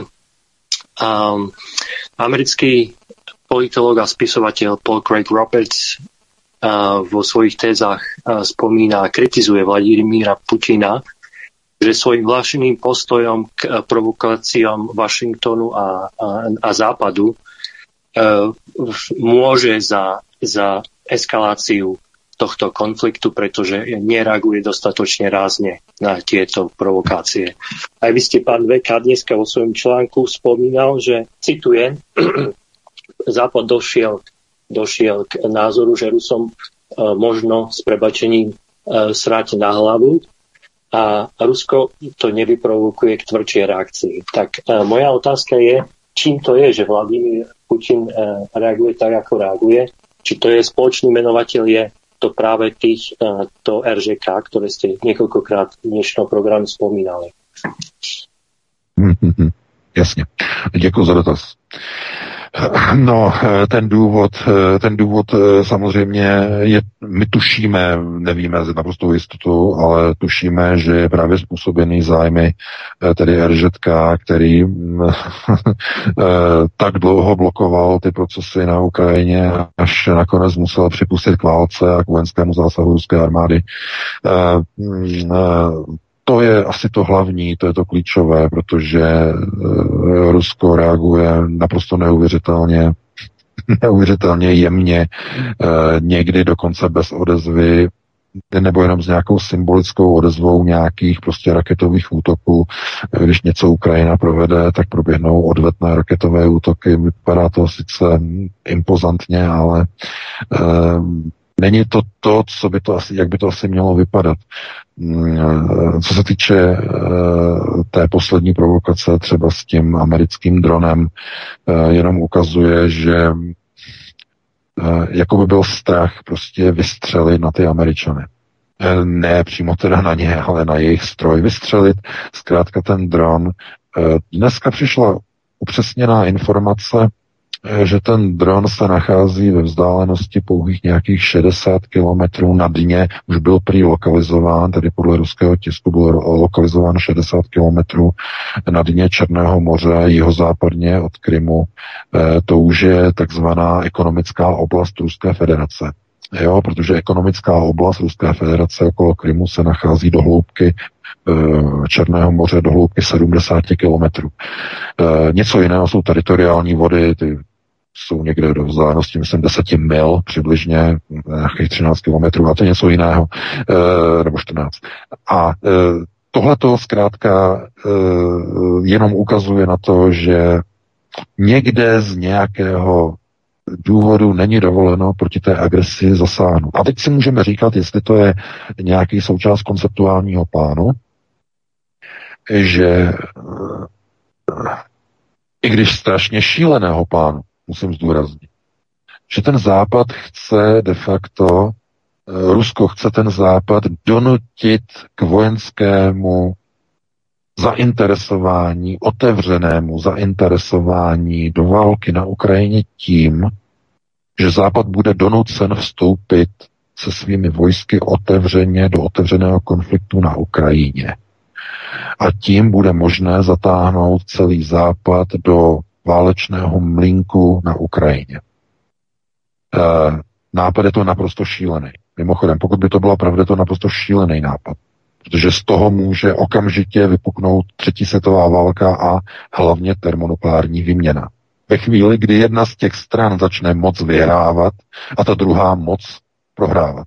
Um, americký politolog a spisovateľ Paul Craig Roberts uh, vo svojich tézach uh, spomína a kritizuje Vladimíra Putina, že svojím vláštnym postojom k uh, provokáciám Washingtonu a, a, a Západu uh, môže za, za eskaláciu tohto konfliktu, pretože nereaguje dostatočne rázne na tieto provokácie. Aj vy ste, pán V K, dneska vo svojom článku spomínal, že, citujem, Západ došiel, došiel k názoru, že Rusom e, možno s prebačením e, sráť na hlavu a Rusko to nevyprovokuje k tvrdšej reakcii. Tak e, moja otázka je, čím to je, že Vladimír Putin e, reaguje tak, ako reaguje? Či to je spoločný menovateľ, je to práve tých, to R Ž K, ktoré ste niekoľkokrát v dnešnom programu spomínali. Mm-hmm. Jasně. Děkuji za dotaz. No, ten důvod, ten důvod samozřejmě je, my tušíme, nevíme z naprostou jistotu, ale tušíme, že je právě způsobený zájmy tedy R Ž K, který tak dlouho blokoval ty procesy na Ukrajině, až nakonec musel připustit k válce a k vojenskému zásahu ruské armády. To je asi to hlavní, to je to klíčové, protože Rusko reaguje naprosto neuvěřitelně neuvěřitelně jemně, někdy dokonce bez odezvy, nebo jenom s nějakou symbolickou odezvou nějakých prostě raketových útoků. Když něco Ukrajina provede, tak proběhnou odvetné raketové útoky. Vypadá to sice impozantně, ale e, není to to, co by to asi, jak by to asi mělo vypadat. E, co se týče e, té poslední provokace, třeba s tím americkým dronem, e, jenom ukazuje, že jako by byl strach prostě vystřelit na ty Američany. Ne přímo teda na ně, ale na jejich stroj vystřelit. Zkrátka ten dron. Dneska přišla upřesněná informace, že ten dron se nachází ve vzdálenosti pouhých nějakých šedesát kilometrů na dně. Už byl prý lokalizován, tedy podle ruského tisku byl lokalizován šedesát kilometrů na dně Černého moře, jihozápadně od Krymu. To už je takzvaná ekonomická oblast Ruské federace. Jo, protože ekonomická oblast Ruské federace okolo Krymu se nachází do hloubky Černého moře, do hloubky sedmdesát kilometrů. Něco jiného jsou teritoriální vody, ty jsou někde do vzdálenosti, myslím, deset mil přibližně, nějakých třináct kilometrů, a to je něco jiného, nebo čtrnáct. A tohleto zkrátka jenom ukazuje na to, že někde z nějakého důvodu není dovoleno proti té agresi zasáhnout. A teď si můžeme říkat, jestli to je nějaký součást konceptuálního plánu, že i když strašně šíleného plánu, musím zdůraznit, že ten Západ chce de facto, Rusko chce ten Západ donutit k vojenskému zainteresování, otevřenému zainteresování do války na Ukrajině tím, že Západ bude donucen vstoupit se svými vojsky otevřeně do otevřeného konfliktu na Ukrajině. A tím bude možné zatáhnout celý Západ do válečného mlýnku na Ukrajině. E, nápad je to naprosto šílený. Mimochodem, pokud by to byla pravda, je to naprosto šílený nápad. Protože z toho může okamžitě vypuknout třetí světová válka a hlavně termonukleární výměna. Ve chvíli, kdy jedna z těch stran začne moc vyhrávat a ta druhá moc prohrávat.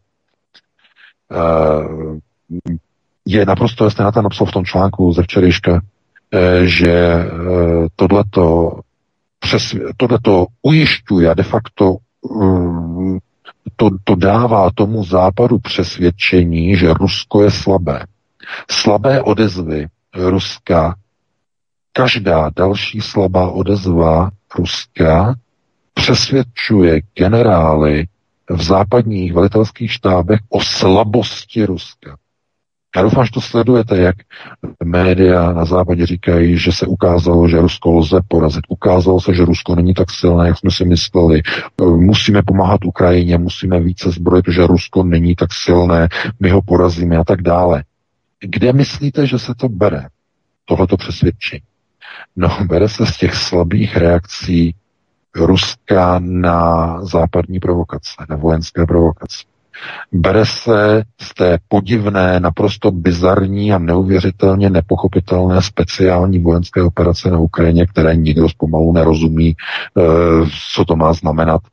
Je naprosto jasné, na ten napsal v tom článku ze včerejška, že tohleto, přes, tohleto ujišťuje a de facto to, to dává tomu Západu přesvědčení, že Rusko je slabé. Slabé odezvy Ruska, každá další slabá odezva Ruska přesvědčuje generály v západních velitelských štábech o slabosti Ruska. Já doufám, že to sledujete, jak média na západě říkají, že se ukázalo, že Rusko lze porazit. Ukázalo se, že Rusko není tak silné, jak jsme si mysleli. Musíme pomáhat Ukrajině, musíme více zbrojit, protože Rusko není tak silné, my ho porazíme a tak dále. Kde myslíte, že se to bere? Tohleto přesvědčení. No, bere se z těch slabých reakcí Ruska na západní provokace, na vojenské provokace. Bere se z té podivné, naprosto bizarní a neuvěřitelně nepochopitelné speciální vojenské operace na Ukrajině, které nikdo zpomalu nerozumí, co to má znamenat.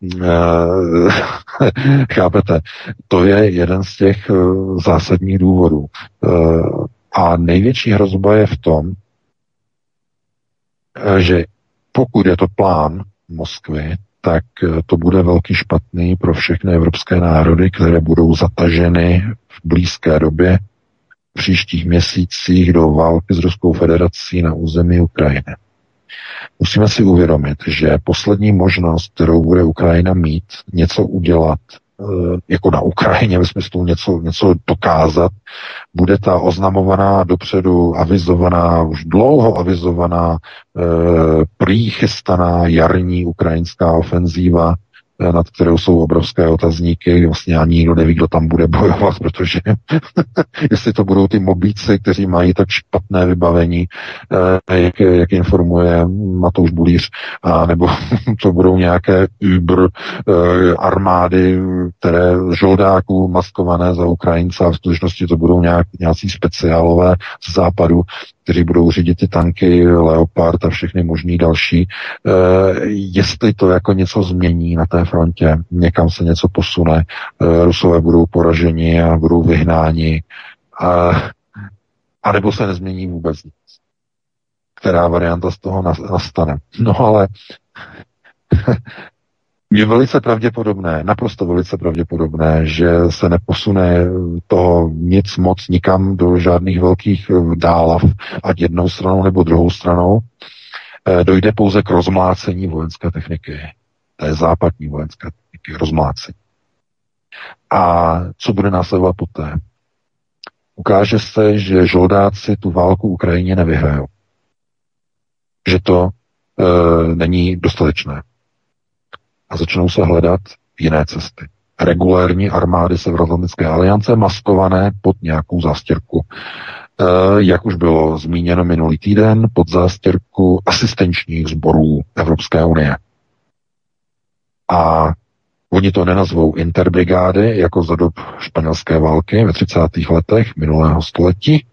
Chápete? To je jeden z těch zásadních důvodů. A největší hrozba je v tom, že pokud je to plán Moskvy, tak to bude velký špatný pro všechny evropské národy, které budou zataženy v blízké době, v příštích měsících do války s Ruskou federací na území Ukrajiny. Musíme si uvědomit, že poslední možnost, kterou bude Ukrajina mít, něco udělat, jako na Ukrajině, ve smyslu něco, něco dokázat, bude ta oznamovaná, dopředu avizovaná, už dlouho avizovaná, e, prý chystaná jarní ukrajinská ofenzíva nad kterou jsou obrovské otazníky. Vlastně ani nikdo neví, kdo tam bude bojovat, protože jestli to budou ty mobíci, kteří mají tak špatné vybavení, jak, jak informuje Matouš Bulíř, a nebo to budou nějaké Uber armády, které žoldáků maskované za Ukrajince, a v skutečnosti to budou nějak, nějací speciálové z západu, kteří budou řídit ty tanky, Leopard a všechny možný další. E, jestli to jako něco změní na té frontě, někam se něco posune, e, Rusové budou poraženi a budou vyhnáni, a, a nebo se nezmění vůbec nic. Která varianta z toho nastane. No ale je velice pravděpodobné, naprosto velice pravděpodobné, že se neposune toho nic moc nikam do žádných velkých dálav, ať jednou stranou nebo druhou stranou. Dojde pouze k rozmlácení vojenské techniky. To je západní vojenské techniky, rozmlácení. A co bude následovat poté? Ukáže se, že žoldáci tu válku Ukrajině nevyhrajou. Že to e, není dostatečné. A začnou se hledat jiné cesty. Regulérní armády Severoatlantické aliance, maskované pod nějakou zástěrku. E, jak už bylo zmíněno minulý týden, pod zástěrku asistenčních sborů Evropské unie. A oni to nenazvou interbrigády, jako za dob španělské války ve třicátých letech minulého století, e,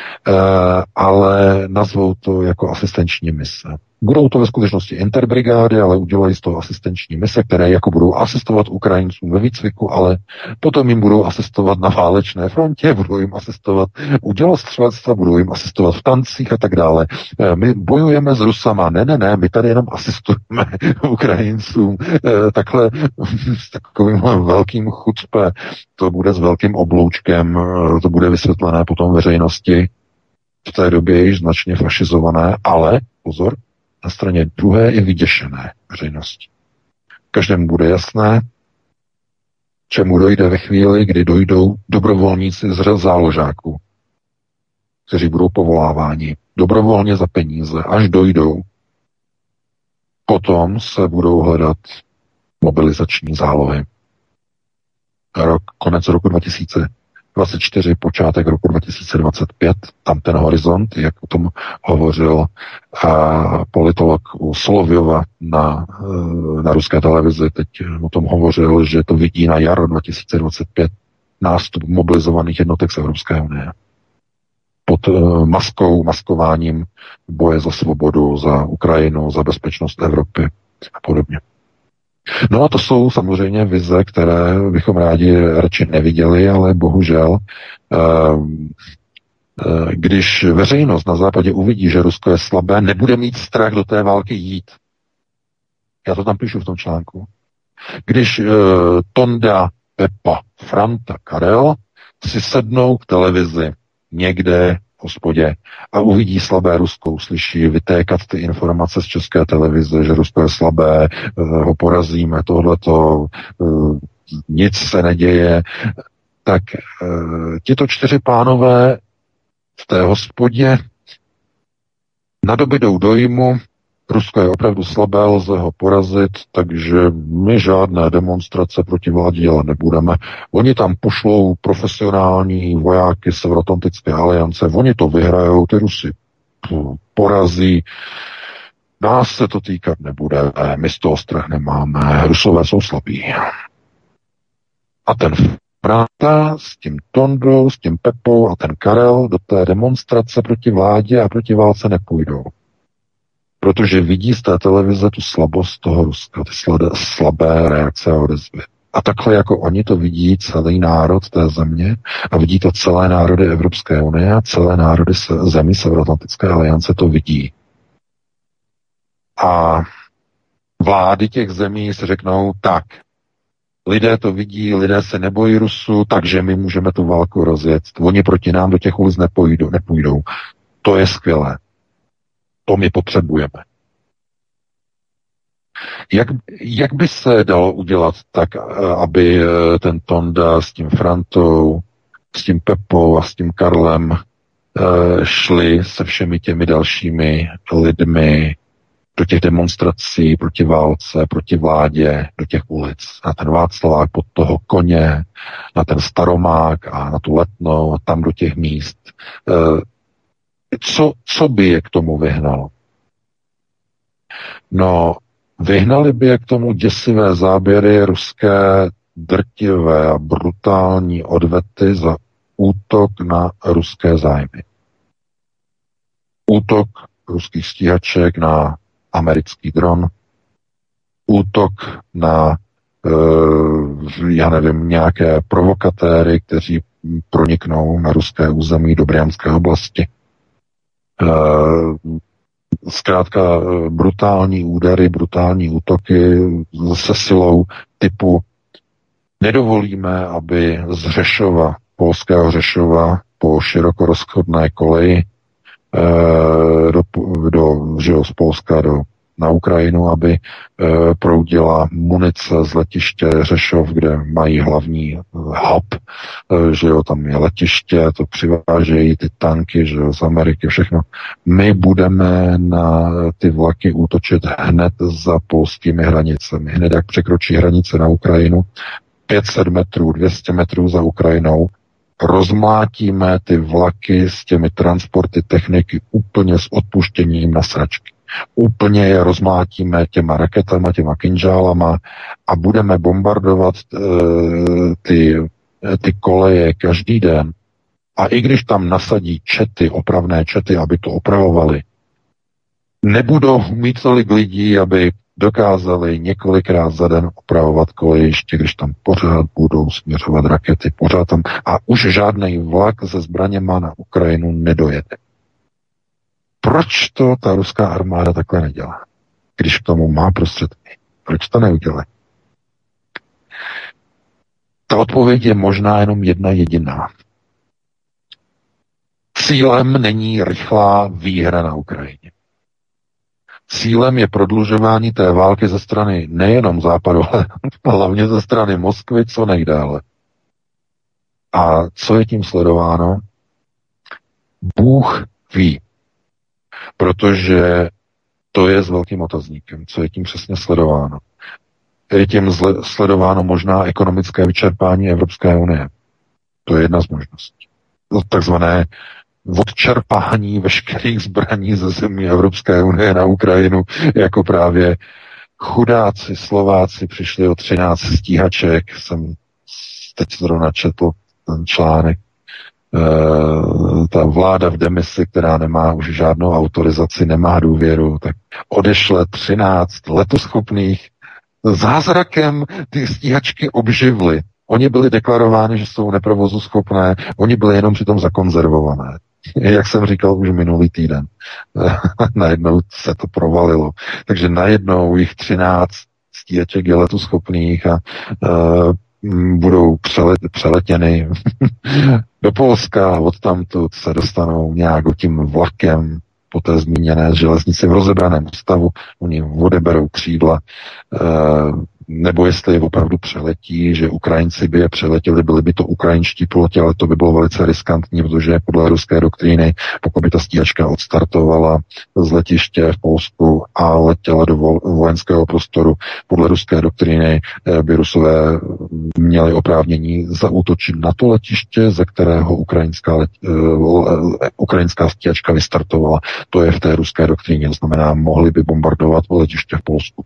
ale nazvou to jako asistenční mise. Budou to ve skutečnosti interbrigády, ale udělají z toho asistenční mise, které jako budou asistovat Ukrajincům ve výcviku, ale potom jim budou asistovat na válečné frontě, budou jim asistovat u dělostřelectva, budou jim asistovat v tancích a tak dále. My bojujeme s Rusama, ne, ne, ne, my tady jenom asistujeme Ukrajincům. Takhle s takovým velkým chucpe, to bude s velkým obloučkem, to bude vysvětlené potom veřejnosti, v té době již značně fašizované, ale pozor, na straně druhé je vyděšené veřejnosti. Každému bude jasné, čemu dojde ve chvíli, kdy dojdou dobrovolníci z řad záložáků, kteří budou povoláváni dobrovolně za peníze, až dojdou. Potom se budou hledat mobilizační zálohy. Rok, konec roku dva tisíce dvacet čtyři, počátek roku dva tisíce dvacet pět, tam ten horizont, jak o tom hovořil a, politolog u Solovjova na, na ruské televizi, teď o tom hovořil, že to vidí na jaro dva tisíce dvacet pět nástup mobilizovaných jednotek z Evropské unie. Pod uh, maskou, maskováním boje za svobodu, za Ukrajinu, za bezpečnost Evropy a podobně. No a to jsou samozřejmě vize, které bychom rádi radši neviděli, ale bohužel, když veřejnost na západě uvidí, že Rusko je slabé, nebude mít strach do té války jít. Já to tam píšu v tom článku. Když Tonda, Pepa, Franta, Karel si sednou k televizi někde v hospodě a uvidí slabé Rusko, uslyší vytékat ty informace z české televize, že Rusko je slabé, ho porazíme, tohleto, nic se neděje, tak tito čtyři pánové v té hospodě nadobydou dojmu, Rusko je opravdu slabé, lze ho porazit, takže my žádné demonstrace proti vládě dělat nebudeme. Oni tam pošlou profesionální vojáky Severoatlantické aliance, oni to vyhrajou, ty Rusy porazí. Nás se to týkat nebude, my z toho strach nemáme, Rusové jsou slabí. A ten Franta s tím Tondou, s tím Pepou a ten Karel do té demonstrace proti vládě a proti válce nepůjdou. Protože vidí z té televize tu slabost toho Ruska, ty slabé reakce a odezvy. A takhle jako oni to vidí celý národ té země a vidí to celé národy Evropské unie a celé národy zemí Severoatlantické aliance to vidí. A vlády těch zemí si řeknou tak, lidé to vidí, lidé se nebojí Rusů, takže my můžeme tu válku rozjet. Oni proti nám do těch ulic nepůjdou. nepůjdou. To je skvělé. To my potřebujeme. Jak, jak by se dalo udělat tak, aby ten Tonda s tím Frantou, s tím Pepou a s tím Karlem šli se všemi těmi dalšími lidmi do těch demonstrací proti válce, proti vládě, do těch ulic, na ten Václavák pod toho koně, na ten Staromák a na tu Letnou a tam do těch míst. Co, co by je k tomu vyhnalo? No, vyhnali by je k tomu děsivé záběry ruské drtivé a brutální odvety za útok na ruské zájmy. Útok ruských stíhaček na americký dron, útok na, e, já nevím, nějaké provokatéry, kteří proniknou na ruské území do Brянské oblasti. E, zkrátka brutální údery, brutální útoky se silou typu nedovolíme, aby z Řešova, polského Řešova, po širokorozchodné koleji do, do, že z Polska do, na Ukrajinu, aby e, proudila munice z letiště Řešov, kde mají hlavní hub, e, že jo, tam je letiště, to přivážejí ty tanky, že jo, z Ameriky, všechno. My budeme na ty vlaky útočit hned za polskými hranicemi. Hned jak překročí hranice na Ukrajinu, pět set metrů, dvě stě metrů za Ukrajinou, rozmlátíme ty vlaky s těmi transporty techniky úplně s odpuštěním na sračky. Úplně je rozmlátíme těma raketama, těma kinžálama a budeme bombardovat e, ty, ty koleje každý den. A i když tam nasadí čety, opravné čety, aby to opravovali, nebudou mít tolik lidí, aby dokázali několikrát za den opravovat kolejiště, když tam pořád budou směřovat rakety, pořád tam a už žádný vlak se zbraněma na Ukrajinu nedojede. Proč to ta ruská armáda takhle nedělá? Když k tomu má prostředky. Proč to neudělá? Ta odpověď je možná jenom jedna jediná. Cílem není rychlá výhra na Ukrajině. Cílem je prodlužování té války ze strany nejenom Západu, ale hlavně ze strany Moskvy co nejdále. A co je tím sledováno? Bůh ví. Protože to je s velkým otazníkem, co je tím přesně sledováno. Je tím zle- sledováno možná ekonomické vyčerpání Evropské unie. To je jedna z možností. Takzvané odčerpání veškerých zbraní ze zemí Evropské unie na Ukrajinu, jako právě chudáci Slováci přišli o třináct stíhaček, jsem teď zrovna četl ten článek, e, ta vláda v demisi, která nemá už žádnou autorizaci, nemá důvěru, tak odešle třináct letoschopných, zázrakem ty stíhačky obživly. Oni byli deklarováni, že jsou neprovozu schopné, oni byli jenom přitom zakonzervované. Jak jsem říkal už minulý týden. Najednou se to provalilo. Takže najednou jich třináct stíhaček je letuschopných a uh, budou přelet, přeletěny do Polska, odtamtud se dostanou nějak tím vlakem po té zmíněné železnici v rozebraném stavu, oni odeberou křídla, uh, nebo jestli je opravdu přeletí, že Ukrajinci by je přeletěli, byli by to ukrajinští piloti, ale to by bylo velice riskantní, protože podle ruské doktríny, pokud by ta stíhačka odstartovala z letiště v Polsku a letěla do vojenského prostoru, podle ruské doktríny by Rusové měli oprávnění zaútočit na to letiště, ze kterého ukrajinská, let, ukrajinská stíhačka vystartovala. To je v té ruské doktríně, to znamená, mohli by bombardovat letiště v Polsku.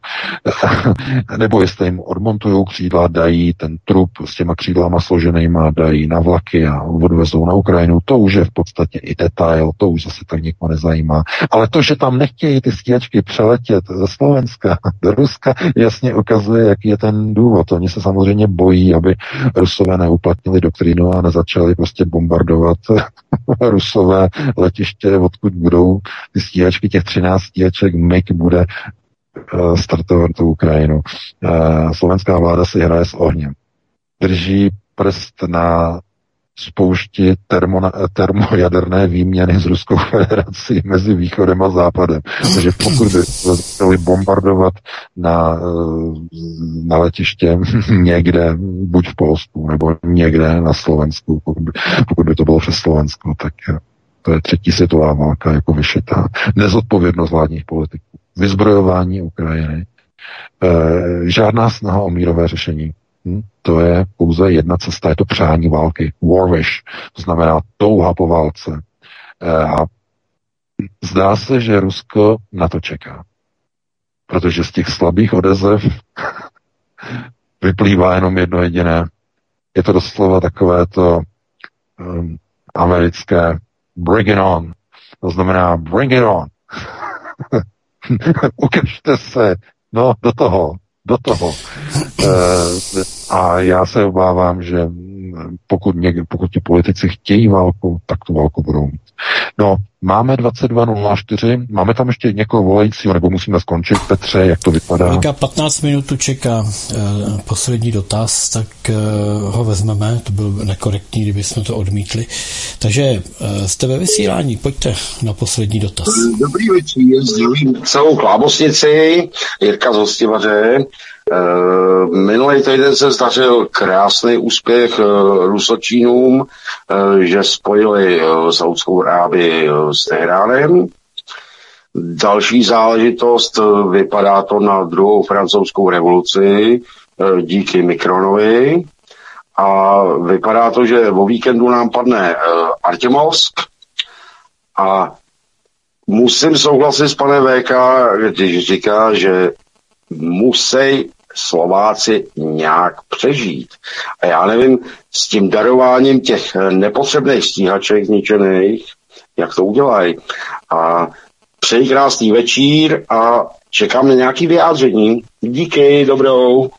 Nebo jestli jim odmontují křídla, dají ten trup s těma křídlama složenýma, dají na vlaky a odvezou na Ukrajinu, to už je v podstatě i detail, to už zase tak nikoho nezajímá. Ale to, že tam nechtějí ty stíhačky přeletět ze Slovenska do Ruska, jasně ukazuje, jaký je ten důvod. Oni se samozřejmě bojí, aby Rusové neuplatnili doktrínu a nezačali prostě bombardovat Rusové letiště, odkud budou ty stíhačky, těch třináct stíhaček M I G bude startovat tu Ukrajinu. Slovenská vláda si hraje s ohněm. Drží prst na spoušti termo, termojaderné výměny s Ruskou federací mezi východem a západem. Takže pokud by chtěli bombardovat na, na letiště někde, buď v Polsku, nebo někde na Slovensku, pokud by, pokud by to bylo přes Slovensko, tak to je třetí světová válka jako vyšitá. Nezodpovědnost vládních politiků. vyzbrojování Ukrajiny, e, žádná snaha o mírové řešení. Hm? To je pouze jedna cesta, je to přání války. War wish, to znamená touha po válce. E, a zdá se, že Rusko na to čeká. Protože z těch slabých odezev vyplývá jenom jedno jediné. Je to doslova takové to um, americké bring it on. To znamená bring it on. Ukažte se, no do toho, do toho. E, a já se obávám, že pokud, někde, pokud ti politici chtějí válku, tak tu válku budou mít. No, máme dvacet dva nula čtyři, máme tam ještě někoho volajícího, nebo musíme skončit. Petře, jak to vypadá? Teďka patnáct minut tu čeká eh, poslední dotaz, tak eh, ho vezmeme, to byl nekorektní, kdyby jsme to odmítli. Takže eh, jste ve vysílání, pojďte na poslední dotaz. Dobrý večer, zdravím celou Klábosnici, Jirka z Hostivaře. Uh, minulý týden se zdařil krásný úspěch uh, Rusočínům, uh, že spojili uh, Saudskou Arábii uh, s Tehránem. Další záležitost, uh, vypadá to na druhou francouzskou revoluci uh, díky Mikronovi a vypadá to, že o víkendu nám padne uh, Artemovsk a musím souhlasit s panem V K, když říká, že musí Slováci nějak přežít. A já nevím, s tím darováním těch nepotřebných stíhaček zničených, jak to udělají. A přeji krásný večír a čekám na nějaké vyjádření. Díky, dobrou.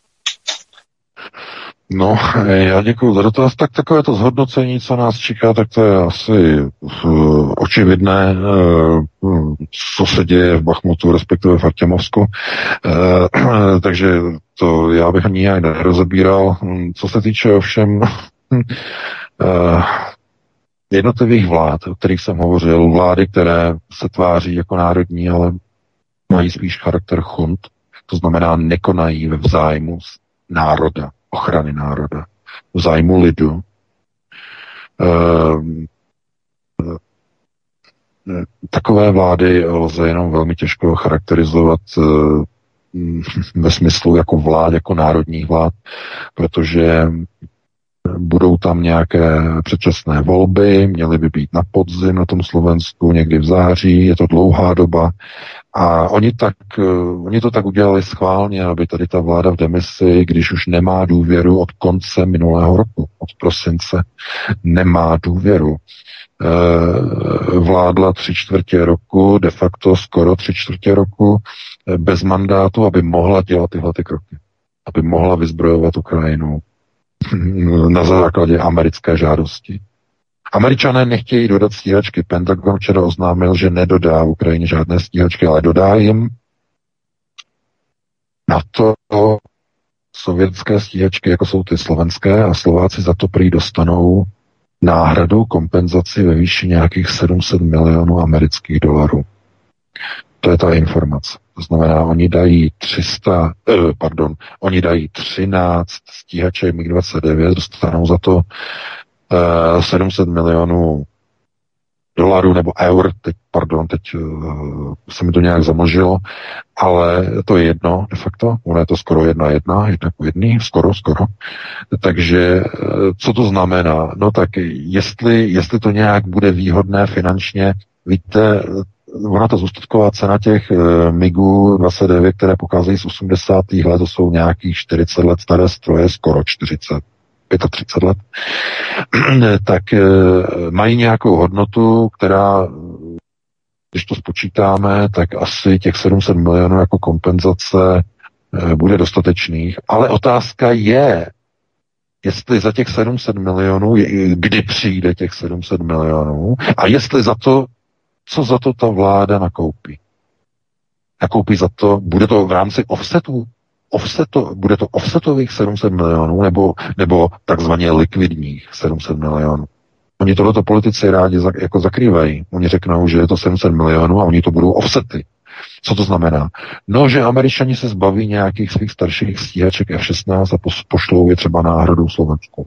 No, já děkuji za dotaz. Tak takové to zhodnocení, co nás čeká, tak to je asi uh, očividné, uh, co se děje v Bachmutu, respektive v Artemovsku. Uh, takže to já bych ani nijak nerozebíral. Co se týče ovšem uh, jednotlivých vlád, o kterých jsem hovořil, vlády, které se tváří jako národní, ale mají spíš charakter chunt, to znamená nekonají ve vzájmu národa, ochrany národa, v zájmu lidu. E, e, takové vlády lze jenom velmi těžko charakterizovat e, ve smyslu jako vlád, jako národních vlád, protože budou tam nějaké předčasné volby, měly by být na podzim na tom Slovensku, někdy v září, je to dlouhá doba. A oni, tak, oni to tak udělali schválně, aby tady ta vláda v demisi, když už nemá důvěru od konce minulého roku, od prosince, nemá důvěru. E, vládla tři čtvrtě roku, de facto skoro tři čtvrtě roku, bez mandátu, aby mohla dělat tyhle ty kroky. Aby mohla vyzbrojovat Ukrajinu na základě americké žádosti. Američané nechtějí dodat stíhačky. Pentagon včera oznámil, že nedodá Ukrajině žádné stíhačky, ale dodá jim na to sovětské stíhačky, jako jsou ty slovenské, a Slováci za to prý dostanou náhradu, kompenzaci ve výši nějakých sedm set milionů amerických dolarů. To je ta informace. To znamená, oni dají tři sta, eh, pardon, oni dají třináct stíhaček mig dvacet devět, dostanou za to eh, sedm set milionů dolarů nebo eur, teď, pardon, teď eh, se mi to nějak zamlžilo, ale to je jedno de facto, ono je to skoro jedna jedna, jedna ku jedný, skoro, skoro. Takže eh, co to znamená? No tak jestli, jestli to nějak bude výhodné finančně, víte, ona ta zůstatková cena těch e, MIGů dvacet devět, které pocházejí z osmdesátých let, to jsou nějakých čtyřicet let staré stroje, skoro čtyřicet, třicet pět let, tak e, mají nějakou hodnotu, která, když to spočítáme, tak asi těch sedm set milionů jako kompenzace e, bude dostatečných. Ale otázka je, jestli za těch sedm set milionů, kdy přijde těch sedm set milionů a jestli za to, co za to ta vláda nakoupí. Nakoupí za to, bude to v rámci offsetu, offsetu bude to offsetových sedm set milionů, nebo, nebo takzvaně likvidních sedm set milionů. Oni tohleto politici rádi za, jako zakrývají. Oni řeknou, že je to sedm set milionů a oni to budou offsety. Co to znamená? No, že Američani se zbaví nějakých svých starších stíhaček F šestnáct a pošlou je třeba náhradou Slovensku.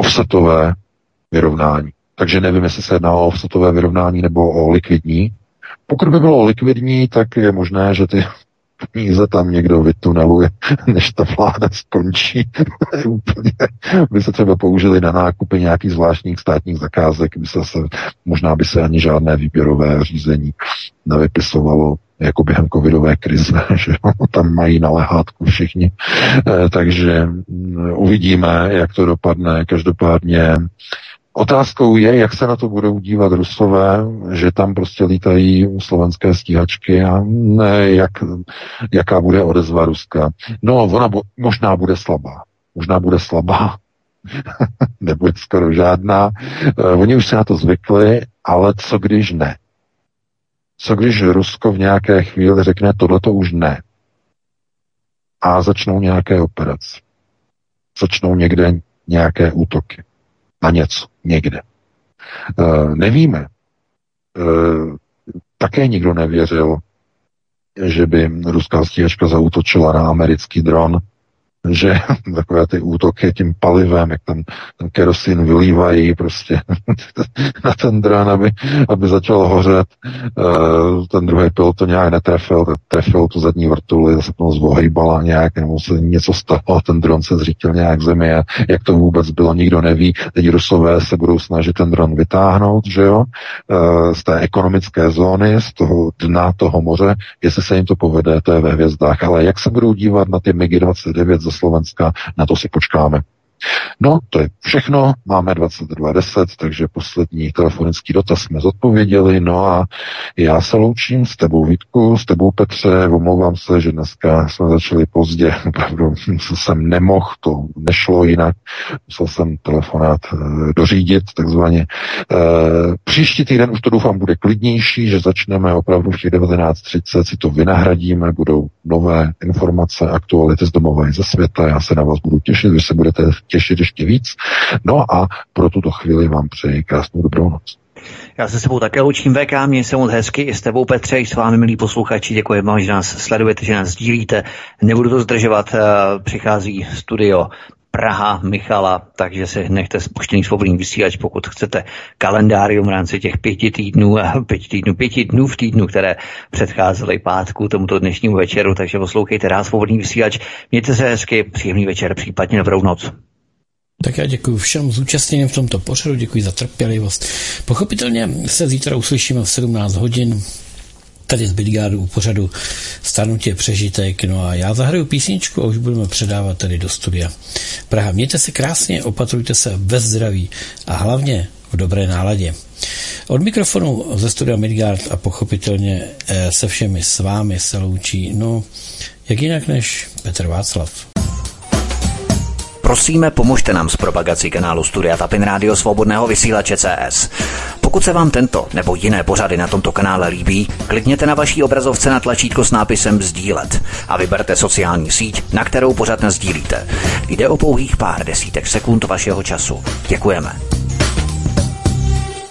Offsetové vyrovnání. Takže nevím, jestli se jedná o offsetové vyrovnání nebo o likvidní, Pokud by bylo likvidní, tak je možné, že ty peníze tam někdo vytuneluje, než ta vláda skončí. Úplně by se třeba použili na nákupy nějakých zvláštních státních zakázek, by se, se možná by se ani žádné výběrové řízení nevypisovalo, jako během covidové krize, že tam mají na lehátku všichni. E, takže uvidíme, jak to dopadne. Každopádně otázkou je, jak se na to budou dívat Rusové, že tam prostě lítají slovenské stíhačky a ne, jak, jaká bude odezva Ruska. No, ona bo, možná bude slabá. Možná bude slabá. Nebude skoro žádná. E, oni už se na to zvykli, ale co když ne? Co když Rusko v nějaké chvíli řekne, tohleto už ne. A začnou nějaké operace. Začnou někde nějaké útoky. Na něco. Někde. E, nevíme. E, také nikdo nevěřil, že by ruská stíhačka zaútočila na americký dron, že takové ty útoky tím palivem, jak tam ten kerosin vylívají prostě na ten dron, aby, aby začal hořet. Uh, ten druhý pilot to nějak netrefil, trefil tu zadní vrtuli, zase to zvohejbala nějak, nebo se něco stalo, ten dron se zřítil nějak k zemi a jak to vůbec bylo, nikdo neví. Teď Rusové se budou snažit ten dron vytáhnout, že jo, uh, z té ekonomické zóny, z toho dna toho moře, jestli se jim to povede, to je ve hvězdách, ale jak se budou dívat na ty MiG dvacet devět ze Slovenska, na to si počkáme. No, to je všechno, máme dvacet dva deset, takže poslední telefonický dotaz jsme zodpověděli, no a já se loučím s tebou, Vítku, s tebou, Petře, omlouvám se, že dneska jsme začali pozdě, opravdu jsem nemohl, to nešlo jinak, musel jsem telefonát e, dořídit, takzvaně. E, příští týden už to doufám bude klidnější, že začneme opravdu v těch devatenáct třicet, si to vynahradíme, budou nové informace, aktuality z domova i ze světa, já se na vás budu těšit, vy se budete těšit ještě víc. No a pro tuto chvíli vám přeji krásnou dobrou noc. Já se s tebou také loučím, V K, mě se moc hezky, i s tebou, Petře, i s vámi, milí posluchači, děkuji vám, že nás sledujete, že nás sdílíte. Nebudu to zdržovat, přichází studio Praha, Michala, takže si nechte spuštěný svobodný vysílač, pokud chcete kalendárium v rámci těch pěti týdnů, pěti týdnů, pěti dnů v týdnu, které předcházely pátku tomuto dnešnímu večeru, takže poslouchejte rád svobodný vysílač, mějte se hezky, příjemný večer, případně dobrou noc. Tak já děkuji všem zúčastněným v tomto pořadu, děkuji za trpělivost. Pochopitelně se zítra uslyšíme v sedmnáct hodin tady z Bitgardu u pořadu Stárnutí přežitek. No a já zahraju písničku a už budeme předávat tady do studia Praha. Mějte se krásně, opatrujte se ve zdraví a hlavně v dobré náladě. Od mikrofonu ze studia Midgard a pochopitelně se všemi s vámi se loučí, no jak jinak než Petr Václav. Prosíme, pomožte nám s propagací kanálu Studia Tapin Rádio Svobodného vysílače C S. Pokud se vám tento nebo jiné pořady na tomto kanále líbí, klikněte na vaší obrazovce na tlačítko s nápisem sdílet a vyberte sociální síť, na kterou pořad nasdílíte. Jde o pouhých pár desítek sekund vašeho času. Děkujeme.